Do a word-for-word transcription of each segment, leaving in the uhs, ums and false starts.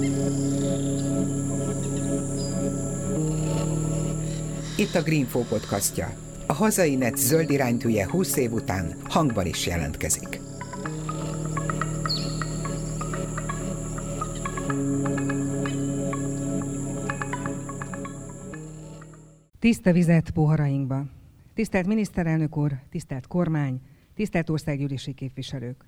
Itt a Greenfo podcastja. A hazai net zöld iránytűje húsz év után hangban is jelentkezik. Tiszta vizet poharainkba. Tisztelt miniszterelnök úr, tisztelt kormány, tisztelt országgyűlési képviselők.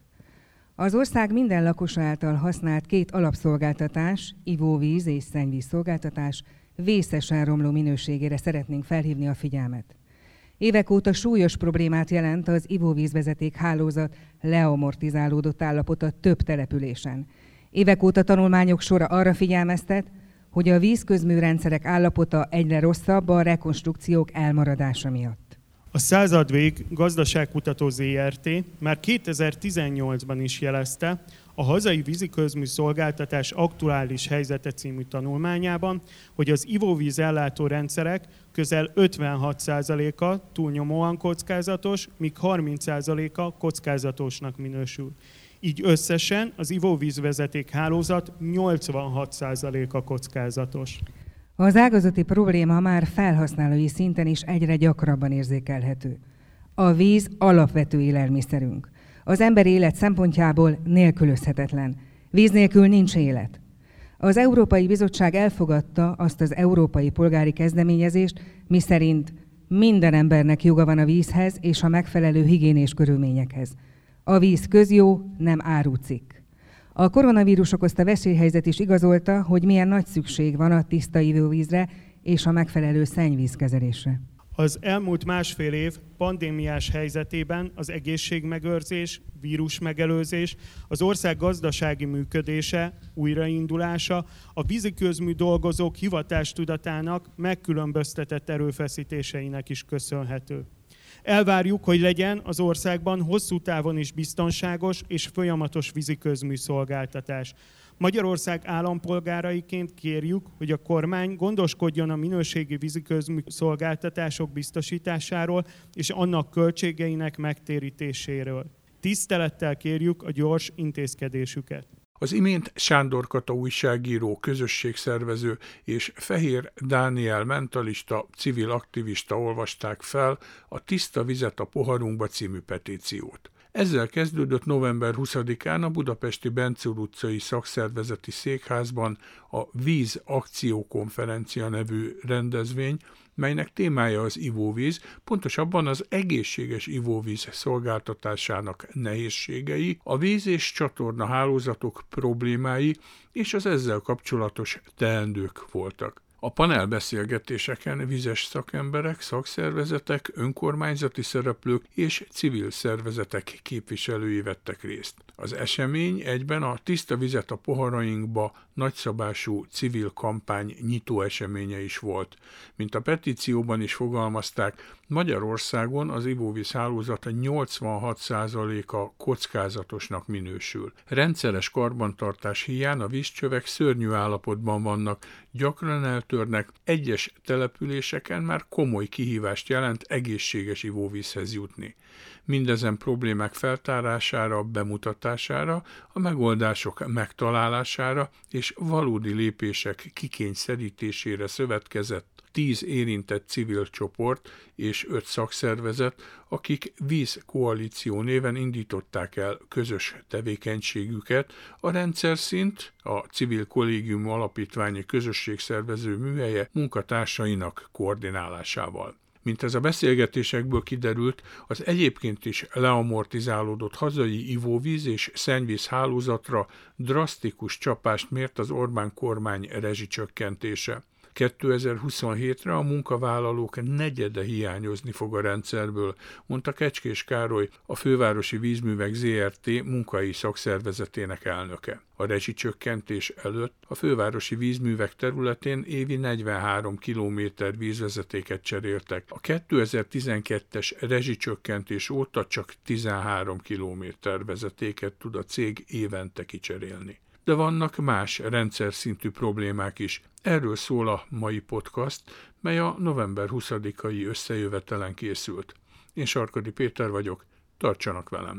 Az ország minden lakosa által használt két alapszolgáltatás, ivóvíz és szennyvíz szolgáltatás vészesen romló minőségére szeretnénk felhívni a figyelmet. Évek óta súlyos problémát jelent az ivóvízvezeték hálózat leamortizálódott állapota több településen. Évek óta tanulmányok sora arra figyelmeztet, hogy a vízközműrendszerek állapota egyre rosszabb a rekonstrukciók elmaradása miatt. A Századvég Gazdaságkutató zé er té már kétezer-tizennyolcban is jelezte a hazai víziközmű szolgáltatás aktuális helyzete című tanulmányában, hogy az ivóvíz ellátó rendszerek közel ötvenhat százaléka túlnyomóan kockázatos, míg harminc százaléka kockázatosnak minősül. Így összesen az ivóvízvezeték hálózat nyolcvanhat százaléka kockázatos. Az ágazati probléma már felhasználói szinten is egyre gyakrabban érzékelhető. A víz alapvető élelmiszerünk. Az ember élet szempontjából nélkülözhetetlen. Víz nélkül nincs élet. Az Európai Bizottság elfogadta azt az európai polgári kezdeményezést, miszerint minden embernek joga van a vízhez és a megfelelő higiénés körülményekhez. A víz közjó, nem árucikk. A koronavírus okozta veszélyhelyzet is igazolta, hogy milyen nagy szükség van a tiszta ivóvízre és a megfelelő szennyvízkezelésre. Az elmúlt másfél év pandémiás helyzetében az egészségmegőrzés, vírusmegelőzés, az ország gazdasági működése, újraindulása, a víziközmű dolgozók hivatástudatának megkülönböztetett erőfeszítéseinek is köszönhető. Elvárjuk, hogy legyen az országban hosszú távon is biztonságos és folyamatos víziközmű szolgáltatás. Magyarország állampolgáraiként kérjük, hogy a kormány gondoskodjon a minőségi víziközmű szolgáltatások biztosításáról és annak költségeinek megtérítéséről. Tisztelettel kérjük a gyors intézkedésüket. Az imént Sándor Kata újságíró, közösségszervező és Fehér Dániel mentalista, civil aktivista olvasták fel a Tiszta vizet a poharunkba című petíciót. Ezzel kezdődött november huszadikán a budapesti Bence úr utcai szakszervezeti székházban a Víz Akciókonferencia nevű rendezvény, melynek témája az ivóvíz, pontosabban az egészséges ivóvíz szolgáltatásának nehézségei, a víz- és csatorna hálózatok problémái és az ezzel kapcsolatos teendők voltak. A panelbeszélgetéseken vizes szakemberek, szakszervezetek, önkormányzati szereplők és civil szervezetek képviselői vettek részt. Az esemény egyben a Tiszta vizet a poharainkba nagyszabású civil kampány nyitó eseménye is volt. Mint a petícióban is fogalmazták, Magyarországon az ivóvíz hálózata nyolcvanhat százaléka kockázatosnak minősül. Rendszeres karbantartás hiány a vízcsövek szörnyű állapotban vannak, gyakran eltörnek, egyes településeken már komoly kihívást jelent egészséges ivóvízhez jutni. Mindezen problémák feltárására, bemutatására, a megoldások megtalálására és valódi lépések kikényszerítésére szövetkezett tíz érintett civil csoport és öt szakszervezet, akik vízkoalíció néven indították el közös tevékenységüket a rendszerszint, a Civil Kollégium Alapítványi Közösségszervező Műhelye munkatársainak koordinálásával. Mint ez a beszélgetésekből kiderült, az egyébként is leamortizálódott hazai ivóvíz és szennyvíz hálózatra drasztikus csapást mért az Orbán kormány rezsicsökkentése. kétezer-huszonhétre a munkavállalók negyede hiányozni fog a rendszerből, mondta Kecskés Károly, a Fővárosi Vízművek zé er té munkai szakszervezetének elnöke. A rezsicsökkentés előtt a fővárosi vízművek területén évi negyvenhárom kilométer vízvezetéket cseréltek. A kétezer-tizenkettes rezsicsökkentés óta csak tizenhárom kilométer vezetéket tud a cég évente kicserélni. De vannak más rendszer szintű problémák is. Erről szól a mai podcast, mely a november huszadikai összejövetelen készült. Én Sarkadi Péter vagyok, tartsanak velem!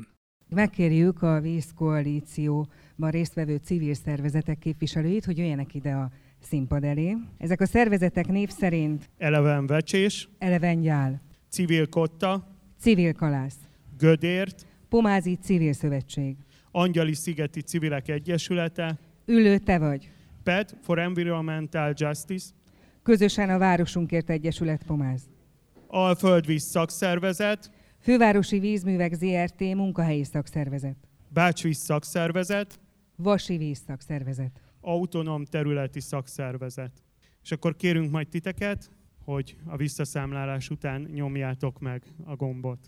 Megkérjük a vízkoalícióban résztvevő civil szervezetek képviselőit, hogy jöjjenek ide a színpad elé. Ezek a szervezetek név szerint Eleven Vecsés, Eleven Gyál, Civil Kotta, Civil Kalász, Gödért, Pomázi Civil Szövetség, Angyali Szigeti Civilek Egyesülete, Üllő te vagy, P E T for Environmental Justice, közösen a Városunkért Egyesület Pomáz, Alföldvíz Szakszervezet, Fővárosi Vízművek zé er té munkahelyi szakszervezet, Bácsvíz Szakszervezet, Vasi Víz szakszervezet. Autonóm Területi Szakszervezet. És akkor kérünk majd titeket, hogy a visszaszámlálás után nyomjátok meg a gombot.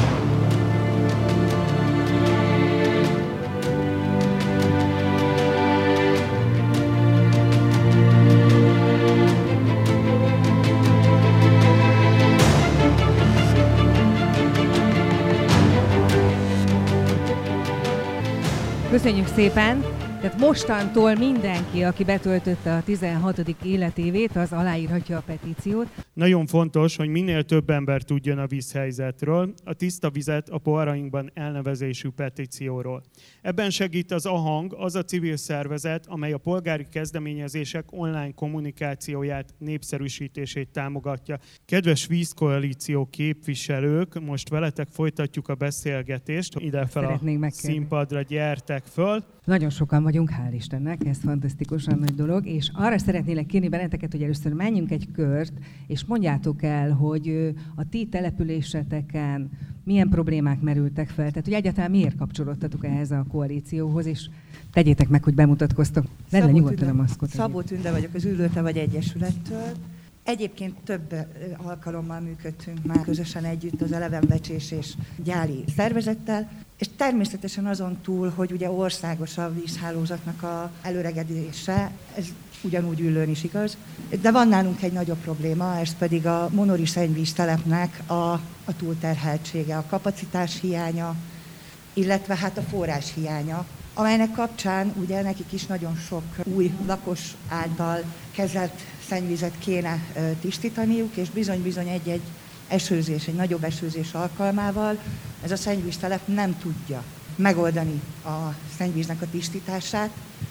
Köszönjük szépen! Tehát mostantól mindenki, aki betöltötte a tizenhatodik életévét, az aláírhatja a petíciót. Nagyon fontos, hogy minél több ember tudjon a vízhelyzetről, a tiszta vizet a poharainkban elnevezésű petícióról. Ebben segít az A Hang, az a civil szervezet, amely a polgári kezdeményezések online kommunikációját, népszerűsítését támogatja. Kedves vízkoalíció képviselők, most veletek folytatjuk a beszélgetést. Ide fel a színpadra gyertek föl. Nagyon sokan vagyunk, hál' Istennek, ez fantasztikusan nagy dolog, és arra szeretnélek kérni benneteket, hogy először menjünk egy kört, és mondjátok el, hogy a ti településeteken milyen problémák merültek fel, tehát hogy egyáltalán miért kapcsolódtatok ehhez a koalícióhoz, és tegyétek meg, hogy bemutatkoztok. Vedd le nyugodtan a maszkot. Szabó Tünde vagyok az Üllő te vagy Egyesülettől. Egyébként több alkalommal működtünk már közösen együtt az Eleven Vecsés és Gyáli szervezettel, és természetesen azon túl, hogy ugye országos a vízhálózatnak a előregedése, ez ugyanúgy Üllőn is igaz, de van nálunk egy nagyobb probléma, ez pedig a monori szennyvíztelepnek a, a túlterheltsége, a kapacitás hiánya, illetve hát a forrás hiánya, amelynek kapcsán ugye nekik is nagyon sok új lakos által kezelt szennyvizet kéne tisztítaniuk, és bizony-bizony egy-egy esőzés, egy nagyobb esőzés alkalmával ez a szennyvíztelep nem tudja megoldani a szennyvíznek a tisztítását,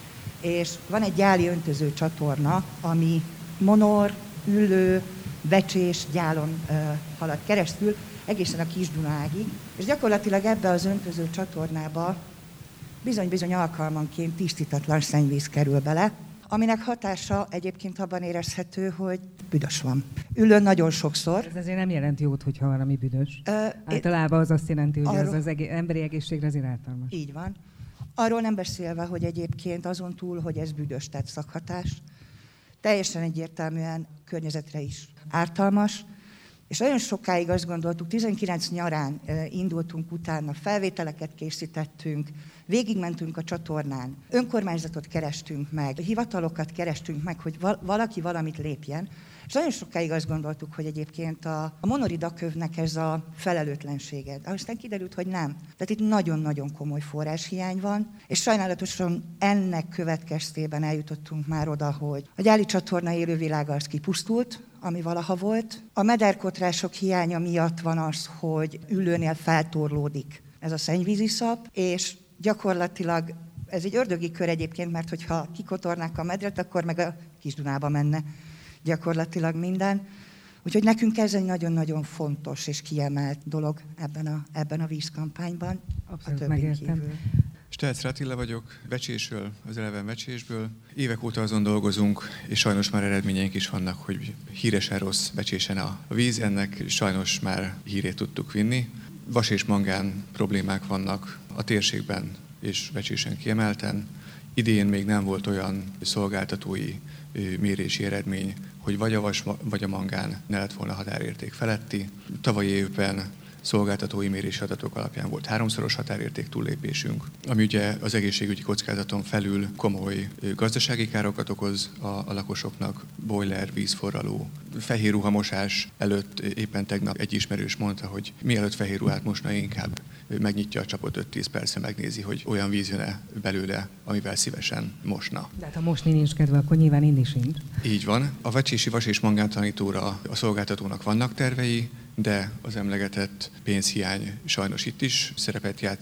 és van egy gyáli öntöző csatorna, ami Monor, Üllő, Vecsés, Gyálon uh, halad keresztül, egészen a Kis-Dunáig, és gyakorlatilag ebbe az öntöző csatornába bizony-bizony alkalmanként tisztítatlan szennyvíz kerül bele, aminek hatása egyébként abban érezhető, hogy büdös van. Üllőn nagyon sokszor. Ez azért nem jelent jót, hogyha valami büdös. Ö, Általában az azt jelenti, hogy arról, az az egé- emberi egészségre azért ártalmas. Így van. Arról nem beszélve, hogy egyébként azon túl, hogy ez büdös, tehát szakhatás, teljesen egyértelműen környezetre is ártalmas, és nagyon sokáig azt gondoltuk, tizenkilenc nyarán indultunk utána, felvételeket készítettünk, végigmentünk a csatornán, önkormányzatot kerestünk meg, hivatalokat kerestünk meg, hogy valaki valamit lépjen, és nagyon sokáig azt gondoltuk, hogy egyébként a, a monori dakövnek ez a felelőtlensége. De aztán kiderült, hogy nem. Tehát itt nagyon-nagyon komoly forráshiány van, és sajnálatosan ennek következtében eljutottunk már oda, hogy a Gyáli csatorna élővilága az kipusztult, ami valaha volt. A mederkotrások hiánya miatt van az, hogy Üllőnél feltorlódik ez a szennyvíziszap, és gyakorlatilag ez egy ördögi kör egyébként, mert hogyha kikotornák a medret, akkor meg a Kis-Dunába menne gyakorlatilag minden. Úgyhogy nekünk ez egy nagyon-nagyon fontos és kiemelt dolog ebben a, ebben a vízkampányban. Abszolút megértem. Stehelczer Attila vagyok, Vecsésről, az Eleven Vecsésből. Évek óta azon dolgozunk, és sajnos már eredményeink is vannak, hogy híresen rossz Vecsésen a víz, ennek sajnos már hírét tudtuk vinni. Vas és mangán problémák vannak a térségben és Vecsésen kiemelten. Idén még nem volt olyan szolgáltatói mérési eredmény, hogy vagy a vas, vagy a mangán ne lett volna határérték feletti. Tavalyi évben szolgáltatói mérési adatok alapján volt háromszoros határérték túllépésünk, ami ugye az egészségügyi kockázaton felül komoly gazdasági károkat okoz a, a lakosoknak, boiler, vízforraló. Fehér ruhamosás előtt éppen tegnap egy ismerős mondta, hogy mielőtt fehér ruhát mosna, inkább megnyitja a csapot öt-tíz percre, megnézi, hogy olyan víz jön-e belőle, amivel szívesen mosna. De hát ha mosni nincs kedve, akkor nyilván inni sincs. Így van. A vecsési vas és mangántanítóra a szolgáltatónak vannak tervei, de az emlegetett pénzhiány sajnos itt is szerepet játszik,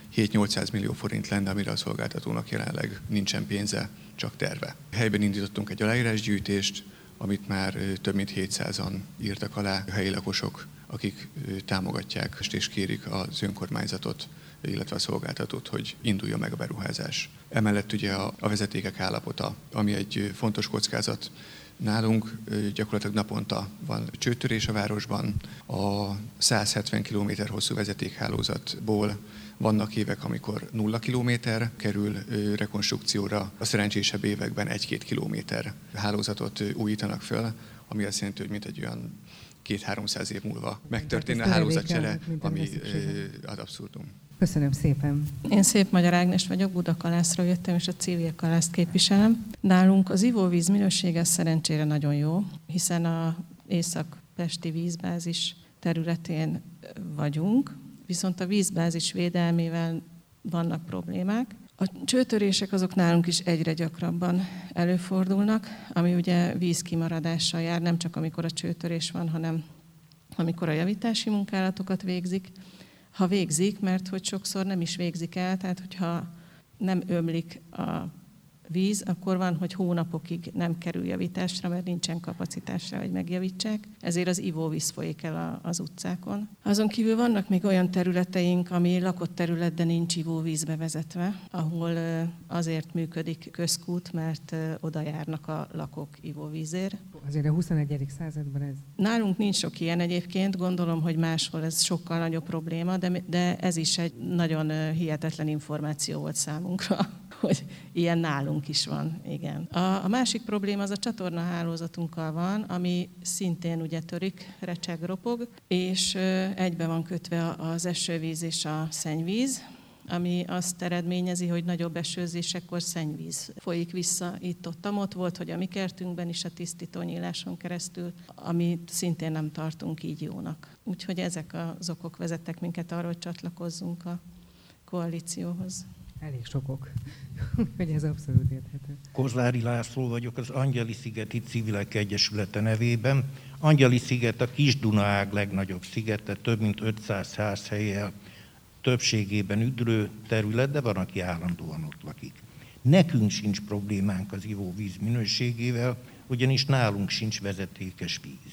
hét-nyolcszáz millió forint lenne, amire a szolgáltatónak jelenleg nincsen pénze, csak terve. Helyben indítottunk egy aláírásgyűjtést, amit már több mint hétszázan írtak alá a helyi lakosok, akik támogatják és kérik az önkormányzatot, illetve a szolgáltatót, hogy induljon meg a beruházás. Emellett ugye a, a vezetékek állapota, ami egy fontos kockázat. Nálunk gyakorlatilag naponta van csőtörés a városban, a száz hetven kilométer hosszú vezetékhálózatból vannak évek, amikor nulla kilométer kerül rekonstrukcióra, a szerencsésebb években egy-két kilométer hálózatot újítanak föl, ami azt jelenti, hogy mint egy olyan két-háromszáz év múlva megtörténne a hálózatcsere, ami ad abszurdum. Köszönöm szépen. Én Szép Magyar Ágnes vagyok, Budakalászról jöttem, és a civil kalászt képviselem. Nálunk az ivóvíz minősége szerencsére nagyon jó, hiszen az észak-pesti vízbázis területén vagyunk, viszont a vízbázis védelmével vannak problémák. A csőtörések azok nálunk is egyre gyakrabban előfordulnak, ami ugye vízkimaradással jár, nem csak amikor a csőtörés van, hanem amikor a javítási munkálatokat végzik. Ha végzik, mert hogy sokszor nem is végzik el, tehát hogyha nem ömlik a víz, akkor van, hogy hónapokig nem kerül javításra, mert nincsen kapacitásra, hogy megjavítsák. Ezért az ivóvíz folyik el az utcákon. Azon kívül vannak még olyan területeink, ami lakott terület, de nincs ivóvízbe vezetve, ahol azért működik közkút, mert oda járnak a lakók ivóvízért. Azért a huszonegyedik században ez... Nálunk nincs sok ilyen egyébként, gondolom, hogy máshol ez sokkal nagyobb probléma, de, de ez is egy nagyon hihetetlen információ volt számunkra, hogy ilyen nálunk is van, igen. A, a másik probléma az a csatornahálózatunkkal van, ami szintén ugye törik, recseg, ropog, és egybe van kötve az esővíz és a szennyvíz, ami azt eredményezi, hogy nagyobb esőzésekkor szennyvíz folyik vissza itt-ott. Ott volt, hogy a mi kertünkben is a tisztítónyíláson keresztül, amit szintén nem tartunk így jónak. Úgyhogy ezek az okok vezettek minket arra, hogy csatlakozzunk a koalícióhoz. Elég sokok, hogy ez abszolút érthető. Kozlári László vagyok, az Angyali-szigeti Civilek Egyesülete nevében. Angyali-sziget a Kis-Dunaág legnagyobb szigete, több mint ötszáz házhellyel, többségében üdülő terület, de van, aki állandóan ott lakik. Nekünk sincs problémánk az ivóvíz minőségével, ugyanis nálunk sincs vezetékes víz.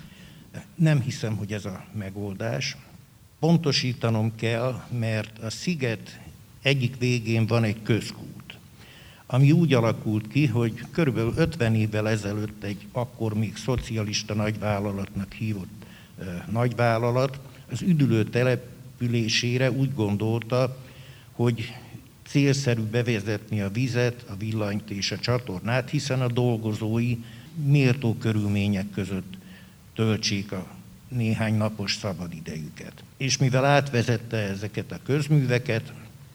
Nem hiszem, hogy ez a megoldás. Pontosítanom kell, mert a sziget egyik végén van egy közkút, ami úgy alakult ki, hogy körülbelül ötven évvel ezelőtt egy akkor még szocialista nagyvállalatnak hívott e, nagyvállalat az üdülő településére úgy gondolta, hogy célszerű bevezetni a vizet, a villanyt és a csatornát, hiszen a dolgozói méltó körülmények között töltsék a néhány napos szabadidejüket. És mivel átvezette ezeket a közműveket,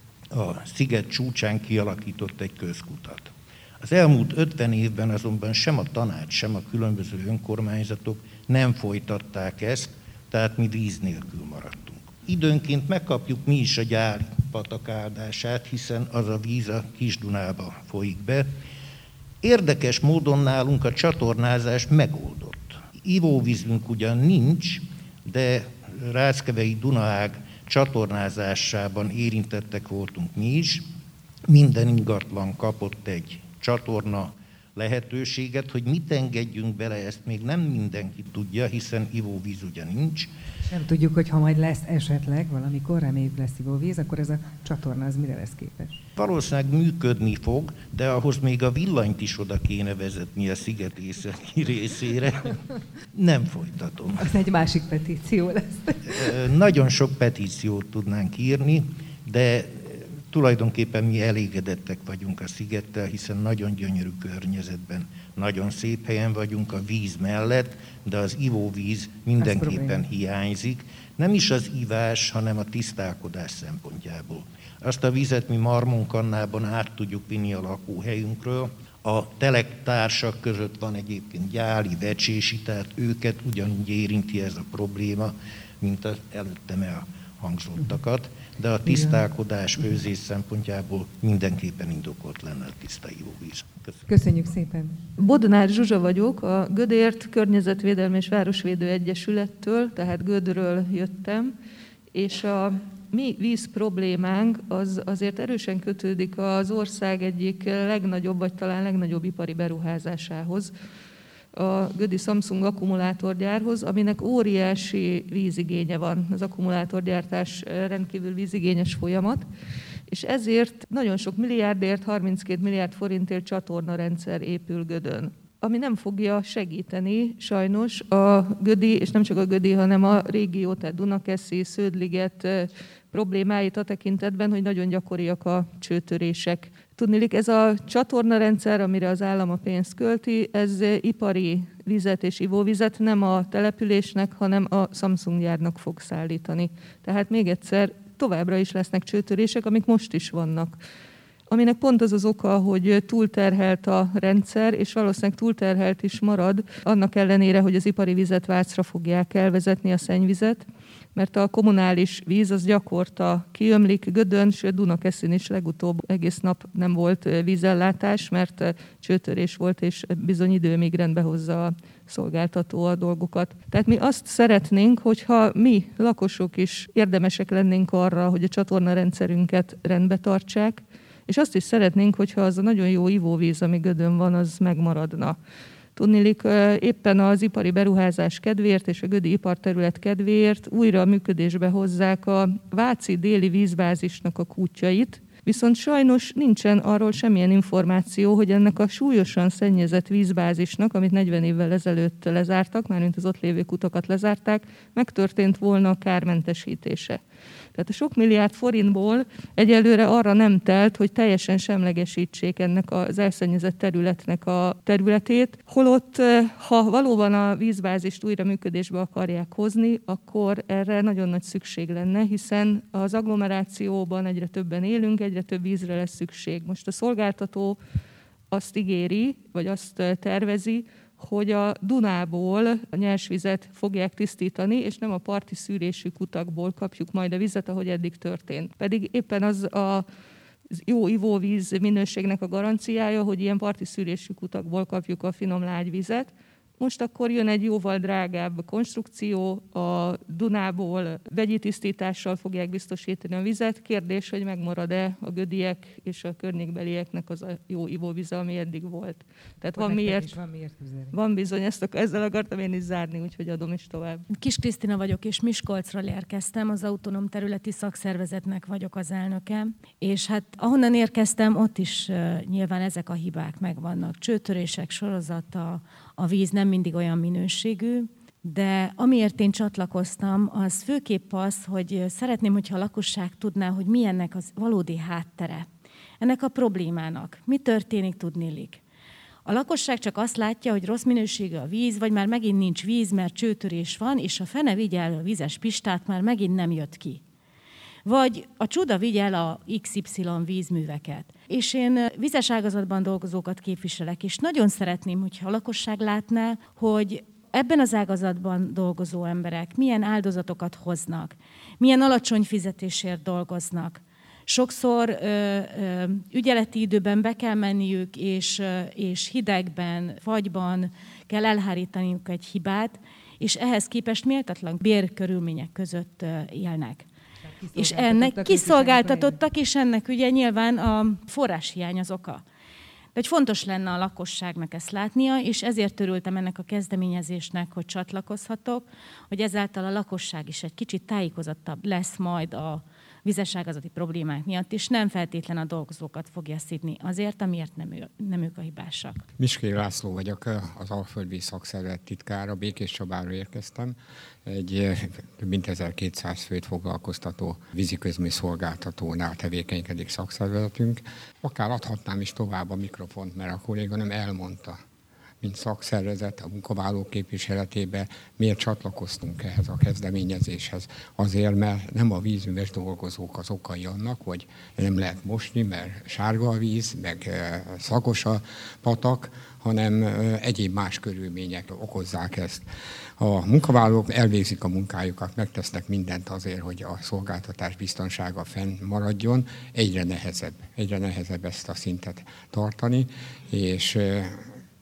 a sziget csúcsán kialakított egy közkutat. Az elmúlt ötven évben azonban sem a tanács, sem a különböző önkormányzatok nem folytatták ezt, tehát mi víz nélkül maradtunk. Időnként megkapjuk mi is a gyári patak áldását, hiszen az a víz a Kis-Dunába folyik be. Érdekes módon nálunk a csatornázás megoldott. Ivóvízünk ugyan nincs, de Ráckevei Dunaág csatornázásában érintettek voltunk mi is. Minden ingatlan kapott egy csatorna lehetőséget, hogy mit engedjünk bele, ezt még nem mindenki tudja, hiszen ivóvíz ugye nincs. Nem tudjuk, hogy ha majd lesz esetleg valamikor, reméljük lesz ivóvíz, akkor ez a csatorna az mire lesz képes? Valószínűleg működni fog, de ahhoz még a villanyt is oda kéne vezetni a sziget északi részére. Nem folytatom. Az egy másik petíció lesz. Nagyon sok petíciót tudnánk írni, de tulajdonképpen mi elégedettek vagyunk a szigettel, hiszen nagyon gyönyörű környezetben, nagyon szép helyen vagyunk a víz mellett, de az ivóvíz mindenképpen hiányzik. Nem is az ivás, hanem a tisztálkodás szempontjából. Azt a vizet mi Marmonkannában át tudjuk vinni a lakóhelyünkről. A telektársak között van egyébként gyáli, vecsési, tehát őket ugyanúgy érinti ez a probléma, mint az előttem elhangzottakat, de a tisztálkodás, főzés szempontjából mindenképpen indokolt lenne a tiszta ivóvíz. Köszönjük. Köszönjük szépen. Bodnár Zsuzsa vagyok, a Gödért Környezetvédelmi és Városvédő Egyesülettől, tehát Gödről jöttem, és a mi víz problémánk az azért erősen kötődik az ország egyik legnagyobb, vagy talán legnagyobb ipari beruházásához, a Gödi Samsung akkumulátorgyárhoz, aminek óriási vízigénye van. Az akkumulátorgyártás rendkívül vízigényes folyamat, és ezért nagyon sok milliárdért, harminckét milliárd forintért csatornarendszer épül Gödön, ami nem fogja segíteni sajnos a Gödi, és nem csak a Gödi, hanem a régió, tehát Dunakeszi, Sződliget problémáit a tekintetben, hogy nagyon gyakoriak a csőtörések. Tudniillik, ez a csatornarendszer, amire az állam a pénzt költi, ez ipari vizet és ivóvizet nem a településnek, hanem a Samsung gyárnak fog szállítani. Tehát még egyszer, továbbra is lesznek csőtörések, amik most is vannak. Aminek pont az az oka, hogy túlterhelt a rendszer, és valószínűleg túlterhelt is marad, annak ellenére, hogy az ipari vizet Vácra fogják elvezetni, a szennyvizet, mert a kommunális víz az gyakorta kiömlik Gödön, sőt Dunakeszin is legutóbb egész nap nem volt vízellátás, mert csőtörés volt, és bizony időmig rendbe hozza a szolgáltató a dolgokat. Tehát mi azt szeretnénk, hogyha mi lakosok is érdemesek lennénk arra, hogy a csatornarendszerünket rendbe tartsák, és azt is szeretnénk, hogyha az a nagyon jó ivóvíz, ami Gödön van, az megmaradna. Tudniillik, éppen az ipari beruházás kedvéért és a gödi iparterület kedvéért újra működésbe hozzák a váci déli vízbázisnak a kútjait, viszont sajnos nincsen arról semmilyen információ, hogy ennek a súlyosan szennyezett vízbázisnak, amit negyven évvel ezelőtt lezártak, mármint az ott lévő kutakat lezárták, megtörtént volna a kármentesítése. Tehát a sok milliárd forintból egyelőre arra nem telt, hogy teljesen semlegesítsék ennek az elszennyezett területnek a területét, holott ha valóban a vízbázist újra működésbe akarják hozni, akkor erre nagyon nagy szükség lenne, hiszen az agglomerációban egyre többen élünk, egyre több vízre lesz szükség. Most a szolgáltató azt ígéri, vagy azt tervezi, hogy a Dunából a nyersvizet fogják tisztítani, és nem a parti szűrésű kutakból kapjuk majd a vizet, ahogy eddig történt. Pedig éppen az a jó ivóvíz minőségnek a garanciája, hogy ilyen parti szűrésű kutakból kapjuk a finom lágyvizet. Most akkor jön egy jóval drágább konstrukció, a Dunából vegyi tisztítással fogják biztosítani a vizet. Kérdés, hogy megmarad-e a gödiek és a környékbelieknek az a jó ivóvíze, ami eddig volt. Tehát van miért, van miért van bizony, ezt ak- ezzel akartam én is zárni, úgyhogy adom is tovább. Kis Krisztina vagyok, és Miskolcról érkeztem, az Autonóm Területi Szakszervezetnek vagyok az elnöke, és hát ahonnan érkeztem, ott is uh, nyilván ezek a hibák megvannak. Csőtörések sorozata, a víz nem mindig olyan minőségű, de amiért én csatlakoztam, az főképp az, hogy szeretném, hogyha a lakosság tudná, hogy mi ennek az valódi háttere. Ennek a problémának. Mi történik, tudniillik. A lakosság csak azt látja, hogy rossz minőségű a víz, vagy már megint nincs víz, mert csőtörés van, és a fene vigye el a vízes pistát, már megint nem jött ki. Vagy a csuda vigye el a iksz ipszilon vízműveket. És én vizes ágazatban dolgozókat képviselek, és nagyon szeretném, hogyha a lakosság látná, hogy ebben az ágazatban dolgozó emberek milyen áldozatokat hoznak, milyen alacsony fizetésért dolgoznak. Sokszor ö, ö, ügyeleti időben be kell menniük, és, ö, és hidegben, fagyban kell elhárítaniuk egy hibát, és ehhez képest méltatlan bérkörülmények között ö, élnek. És ennek kiszolgáltatottak, és ennek ugye nyilván a forráshiány az oka. De hogy fontos lenne a lakosságnak ezt látnia, és ezért örültem ennek a kezdeményezésnek, hogy csatlakozhatok, hogy ezáltal a lakosság is egy kicsit tájékozottabb lesz majd a vizes ágazati problémák miatt, és nem feltétlen a dolgozókat fogja szidni azért, amiért nem, ő, nem ők a hibásak. Miskei László vagyok, az Alföldvíz Szakszervezet titkára, Békés Csabáról érkeztem. Egy több mint ezerkétszáz főt foglalkoztató víziközmű szolgáltatónál tevékenykedik szakszervezetünk. Akár adhatnám is tovább a mikrofont, mert a kolléganőm elmondta, mint szakszervezet a munkavállalók képviseletébe, miért csatlakoztunk ehhez a kezdeményezéshez. Azért, mert nem a vízműves dolgozók az okai annak, hogy nem lehet mosni, mert sárga a víz, meg szagos a patak, hanem egyéb más körülmények okozzák ezt. A munkavállalók elvégzik a munkájukat, megtesznek mindent azért, hogy a szolgáltatás biztonsága fenn maradjon. Egyre nehezebb, egyre nehezebb ezt a szintet tartani, és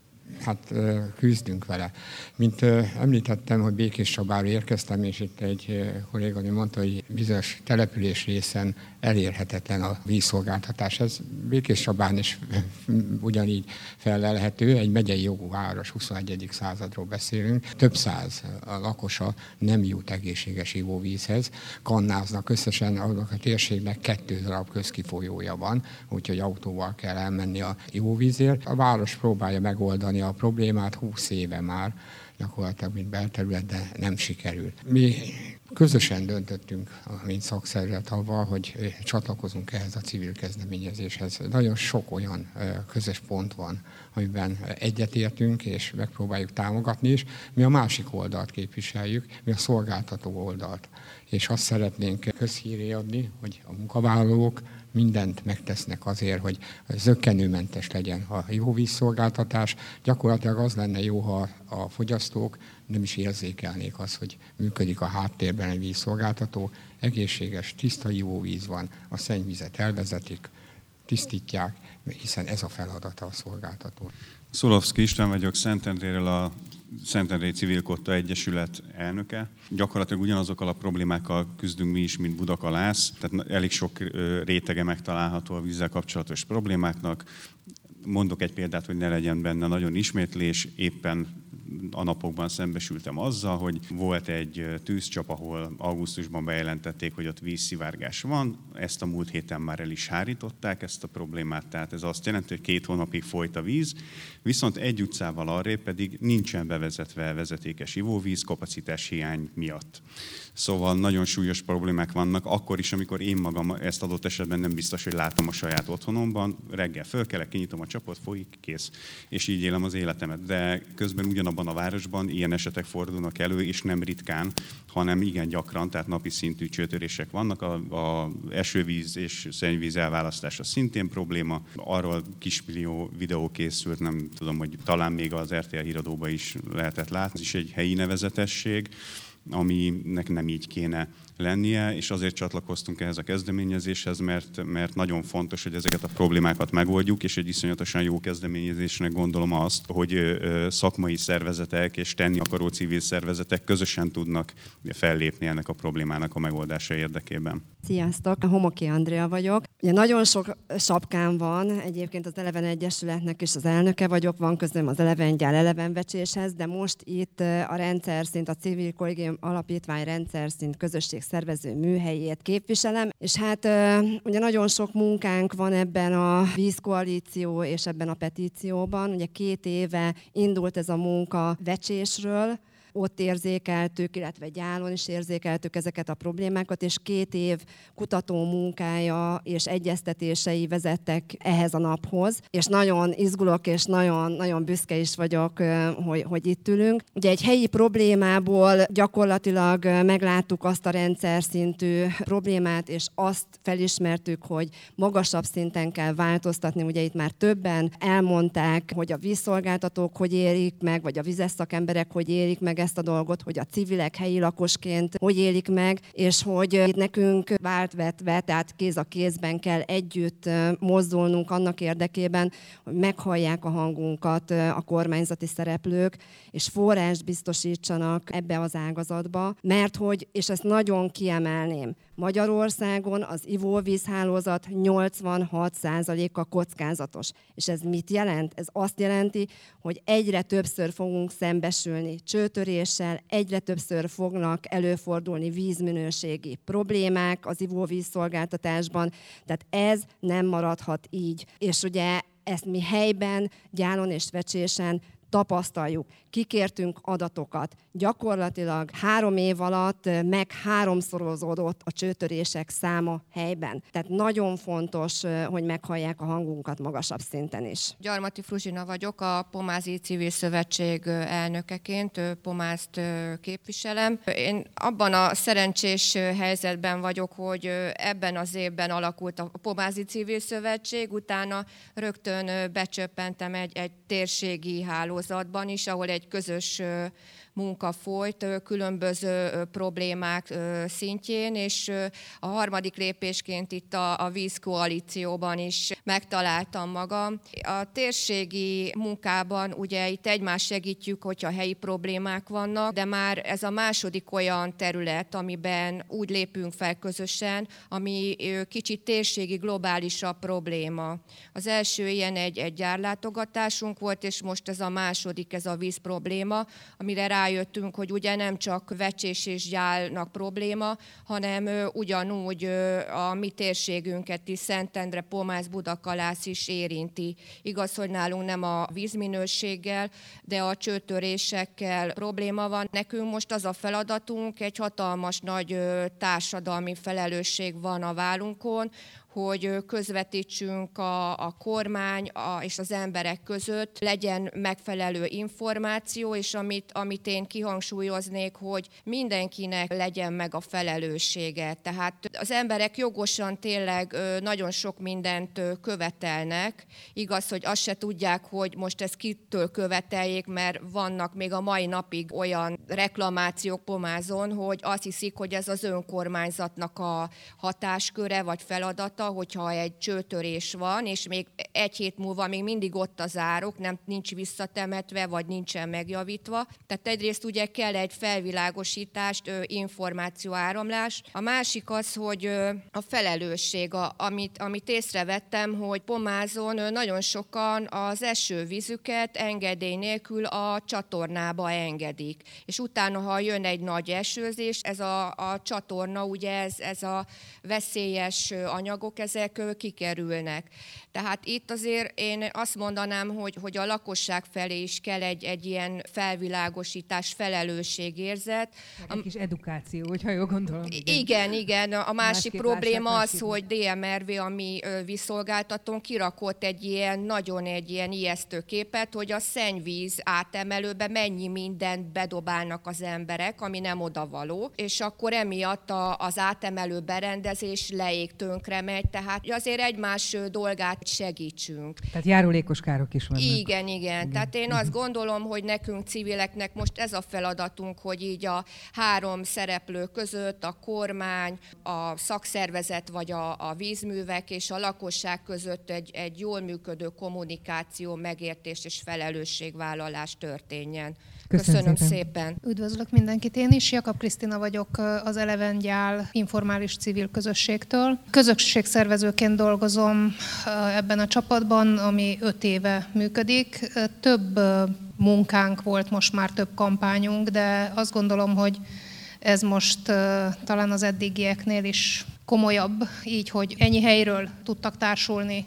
hát küzdünk vele. Mint említettem, hogy Békés Csabára érkeztem, és itt egy kolléganő mondta, hogy bizonyos település részen elérhetetlen a vízszolgáltatás. Ez Békés Csabán is ugyanígy felelhető, egy megyei jogú város, huszonegyedik századról beszélünk. Több száz a lakosa nem jut egészséges ivóvízhez. Kannáznak összesen, annak a térségnek kettő darab közkifolyója van, úgyhogy autóval kell elmenni a ivóvízért. A város próbálja megoldani a problémát húsz éve már, gyakorlatilag mint belterület, de nem sikerült. Mi közösen döntöttünk, mint szakszervezet avval, hogy csatlakozunk ehhez a civil kezdeményezéshez. Nagyon sok olyan közös pont van, amiben egyetértünk, és megpróbáljuk támogatni is. Mi a másik oldalt képviseljük, mi a szolgáltató oldalt. És azt szeretnénk közhíré adni, hogy a munkavállalók mindent megtesznek azért, hogy zökkenőmentes legyen a ivóvízszolgáltatás. Gyakorlatilag az lenne jó, ha a fogyasztók nem is érzékelnék azt, hogy működik a háttérben egy vízszolgáltató. Egészséges, tiszta ivóvíz van, a szennyvizet elvezetik, tisztítják, hiszen ez a feladata a szolgáltató. Szolovszki István vagyok, Szentendréről a Szentendrei Civil Kotta Egyesület elnöke. Gyakorlatilag ugyanazokkal a problémákkal küzdünk mi is, mint Budakalász, tehát elég sok rétege megtalálható a vízzel kapcsolatos problémáknak. Mondok egy példát, hogy ne legyen benne nagyon ismétlés, éppen a napokban szembesültem azzal, hogy volt egy tűzcsap, ahol augusztusban bejelentették, hogy ott vízszivárgás van. Ezt a múlt héten már el is hárították, ezt a problémát, tehát ez azt jelenti, hogy két hónapig folyt a víz, viszont egy utcával arrébb pedig nincsen bevezetve vezetékes ivóvíz kapacitás hiány miatt. Szóval nagyon súlyos problémák vannak, akkor is, amikor én magam ezt adott esetben nem biztos, hogy látom a saját otthonomban, reggel fölkelek, kinyitom a csapot, folyik, kész, és így élem az életemet. De közben ugyanabban a városban ilyen esetek fordulnak elő, és nem ritkán, hanem igen gyakran, tehát napi szintű csőtörések vannak. A, a esővíz és szennyvíz elválasztása szintén probléma. Arról kismillió videó készült, nem tudom, hogy talán még az er té el híradóban is lehetett látni. Ez is egy helyi nevezetesség, aminek nem így kéne lennie, és azért csatlakoztunk ehhez a kezdeményezéshez, mert, mert nagyon fontos, hogy ezeket a problémákat megoldjuk, és egy iszonyatosan jó kezdeményezésnek gondolom azt, hogy szakmai szervezetek és tenni akaró civil szervezetek közösen tudnak fellépni ennek a problémának a megoldása érdekében. Sziasztok, Homoki Andrea vagyok. Ugye nagyon sok sapkám van, egyébként az Eleven Egyesületnek is az elnöke vagyok, van közöm az Eleven gyár elevenvecséshez, de most itt a rendszer szint, a Civil Kollégium Alapítvány rendszer szint közösség szervező műhelyét képviselem, és hát ugye nagyon sok munkánk van ebben a vízkoalíció és ebben a petícióban. Ugye két éve indult ez a munka vecsésről, ott érzékeltük, illetve gyálon is érzékeltük ezeket a problémákat, és két év kutató munkája és egyeztetései vezettek ehhez a naphoz, és nagyon izgulok, és nagyon, nagyon büszke is vagyok, hogy, hogy itt ülünk. Ugye egy helyi problémából gyakorlatilag megláttuk azt a rendszer szintű problémát, és azt felismertük, hogy magasabb szinten kell változtatni. Ugye itt már többen elmondták, hogy a vízszolgáltatók hogy érik meg, vagy a vizes szakemberek hogy érik meg ezt a dolgot, hogy a civilek helyi lakosként hogy élik meg, és hogy itt nekünk váltvetve, tehát kéz a kézben kell együtt mozdulnunk annak érdekében, hogy meghallják a hangunkat a kormányzati szereplők, és forrást biztosítsanak ebbe az ágazatba, mert hogy, és ezt nagyon kiemelném, Magyarországon az ivóvízhálózat nyolcvanhat százaléka kockázatos. És ez mit jelent? Ez azt jelenti, hogy egyre többször fogunk szembesülni csőtöréssel, egyre többször fognak előfordulni vízminőségi problémák az ivóvízszolgáltatásban, tehát ez nem maradhat így. És ugye ezt mi helyben, gyálon és vecsésen tapasztaljuk. Kikértünk adatokat. Gyakorlatilag három év alatt meg háromszorozódott a csőtörések száma helyben. Tehát nagyon fontos, hogy meghallják a hangunkat magasabb szinten is. Gyarmati Fruzsina vagyok, a Pomázi Civil Szövetség elnökeként Pomázt képviselem. Én abban a szerencsés helyzetben vagyok, hogy ebben az évben alakult a Pomázi Civil Szövetség, utána rögtön becsöppentem egy, egy térségi hálózatban is, ahol egy közös munka folyt különböző problémák szintjén, és a harmadik lépésként itt a, a vízkoalícióban is megtaláltam magam. A térségi munkában ugye itt egymást segítjük, hogyha helyi problémák vannak, de már ez a második olyan terület, amiben úgy lépünk fel közösen, ami kicsit térségi, globálisabb probléma. Az első ilyen egy, egy gyárlátogatásunk volt, és most ez a második, ez a víz probléma, amire rájöttünk, hogy ugye nem csak vecsés és gyálnak probléma, hanem ugyanúgy a mi térségünket is, Szentendre, Pomász, Budakalász is érinti. Igaz, hogy nálunk nem a vízminőséggel, de a csőtörésekkel probléma van. Nekünk most az a feladatunk, egy hatalmas nagy társadalmi felelősség van a vállunkon, hogy közvetítsünk a, a kormány a, és az emberek között, legyen megfelelő információ, és amit, amit én kihangsúlyoznék, hogy mindenkinek legyen meg a felelőssége. Tehát az emberek jogosan tényleg nagyon sok mindent követelnek. Igaz, hogy azt se tudják, hogy most ezt kitől követeljék, mert vannak még a mai napig olyan reklamációk Pomázon, hogy azt hiszik, hogy ez az önkormányzatnak a hatásköre vagy feladata, hogyha egy csőtörés van, és még egy hét múlva még mindig ott az árok, nem, nincs visszatemetve, vagy nincsen megjavítva. Tehát egyrészt ugye kell egy felvilágosítást, információáramlás. A másik az, hogy a felelősség, amit, amit észrevettem, hogy Pomázon nagyon sokan az esővízüket engedély nélkül a csatornába engedik. És utána, ha jön egy nagy esőzés, ez a, a csatorna, ugye ez, ez a veszélyes anyagok, ezek kikerülnek. Tehát itt azért én azt mondanám, hogy, hogy a lakosság felé is kell egy, egy ilyen felvilágosítás, felelősségérzet. Egy kis edukáció, hogyha jól gondolom. Igen, igen. igen. A másik probléma az, hogy dé em er vé, ami vízszolgáltatón kirakott egy ilyen, nagyon egy ilyen ijesztő képet, hogy a szennyvíz átemelőbe mennyi mindent bedobálnak az emberek, ami nem odavaló, és akkor emiatt a, az átemelő berendezés leég, tönkre megy, tehát azért egymás dolgát segítsünk. Tehát járulékos károk is vannak. Igen, igen, igen. Tehát én azt gondolom, hogy nekünk civileknek most ez a feladatunk, hogy így a három szereplő között a kormány, a szakszervezet vagy a, a vízművek és a lakosság között egy, egy jól működő kommunikáció, megértés és felelősségvállalás történjen. Köszönöm, Köszönöm szépen. szépen. Üdvözlök mindenkit. Én is Jakab Krisztina vagyok az Eleven Gyál informális civil közösségtől. Közösségszervezőként dolgozom ebben a csapatban, ami öt éve működik. Több munkánk volt, most már több kampányunk, de azt gondolom, hogy ez most talán az eddigieknél is komolyabb, így, hogy ennyi helyről tudtak társulni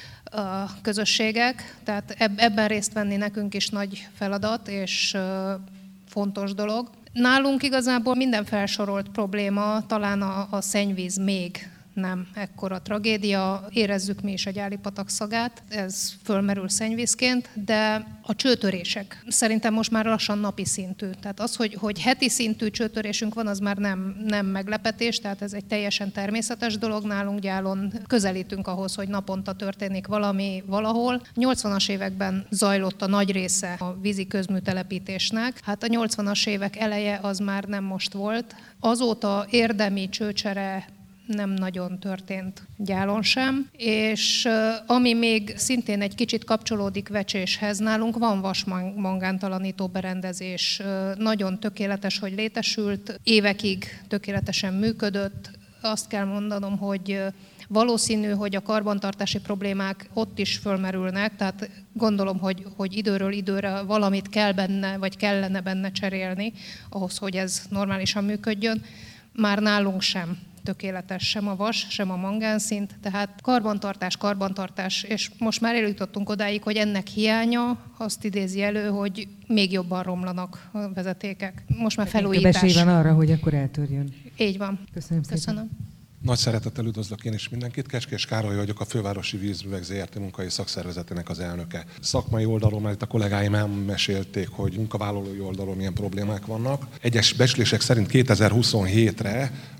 a közösségek, tehát ebben részt venni nekünk is nagy feladat és fontos dolog. Nálunk igazából minden felsorolt probléma, talán a, a szennyvíz még nem ekkora tragédia, érezzük mi is a gyáli-patak szagát, ez fölmerül szennyvízként, de a csőtörések szerintem most már lassan napi szintű. Tehát az, hogy, hogy heti szintű csőtörésünk van, az már nem, nem meglepetés, tehát ez egy teljesen természetes dolog nálunk Gyálon. Közelítünk ahhoz, hogy naponta történik valami valahol. nyolcvanas években zajlott a nagy része a vízi közműtelepítésnek. Hát a nyolcvanas évek eleje az már nem most volt. Azóta érdemi csőcsere nem nagyon történt Gyálon sem, és ami még szintén egy kicsit kapcsolódik vecséshez, nálunk van vasmangántalanító berendezés, nagyon tökéletes, hogy létesült, évekig tökéletesen működött. Azt kell mondanom, hogy valószínű, hogy a karbantartási problémák ott is fölmerülnek, tehát gondolom, hogy, hogy időről időre valamit kell benne, vagy kellene benne cserélni, ahhoz, hogy ez normálisan működjön. Már nálunk sem tökéletes sem a vas, sem a mangánszint, tehát karbantartás, karbantartás, és most már eljutottunk odáig, hogy ennek hiánya azt idézi elő, hogy még jobban romlanak a vezetékek. Most már felújítás. Több esély van arra, hogy akkor eltörjön. Így van. Köszönöm szépen. Köszönöm. Nagy szeretettel üdvözlök én is mindenkit. Kecskés Károly vagyok, a Fővárosi Vízművek zé er té munkai szakszervezetének az elnöke. Szakmai oldalról már itt a kollégáim elmesélték, hogy munkavállalói oldalon milyen problémák vannak. Egyes becslések szerint kétezer-huszonhétre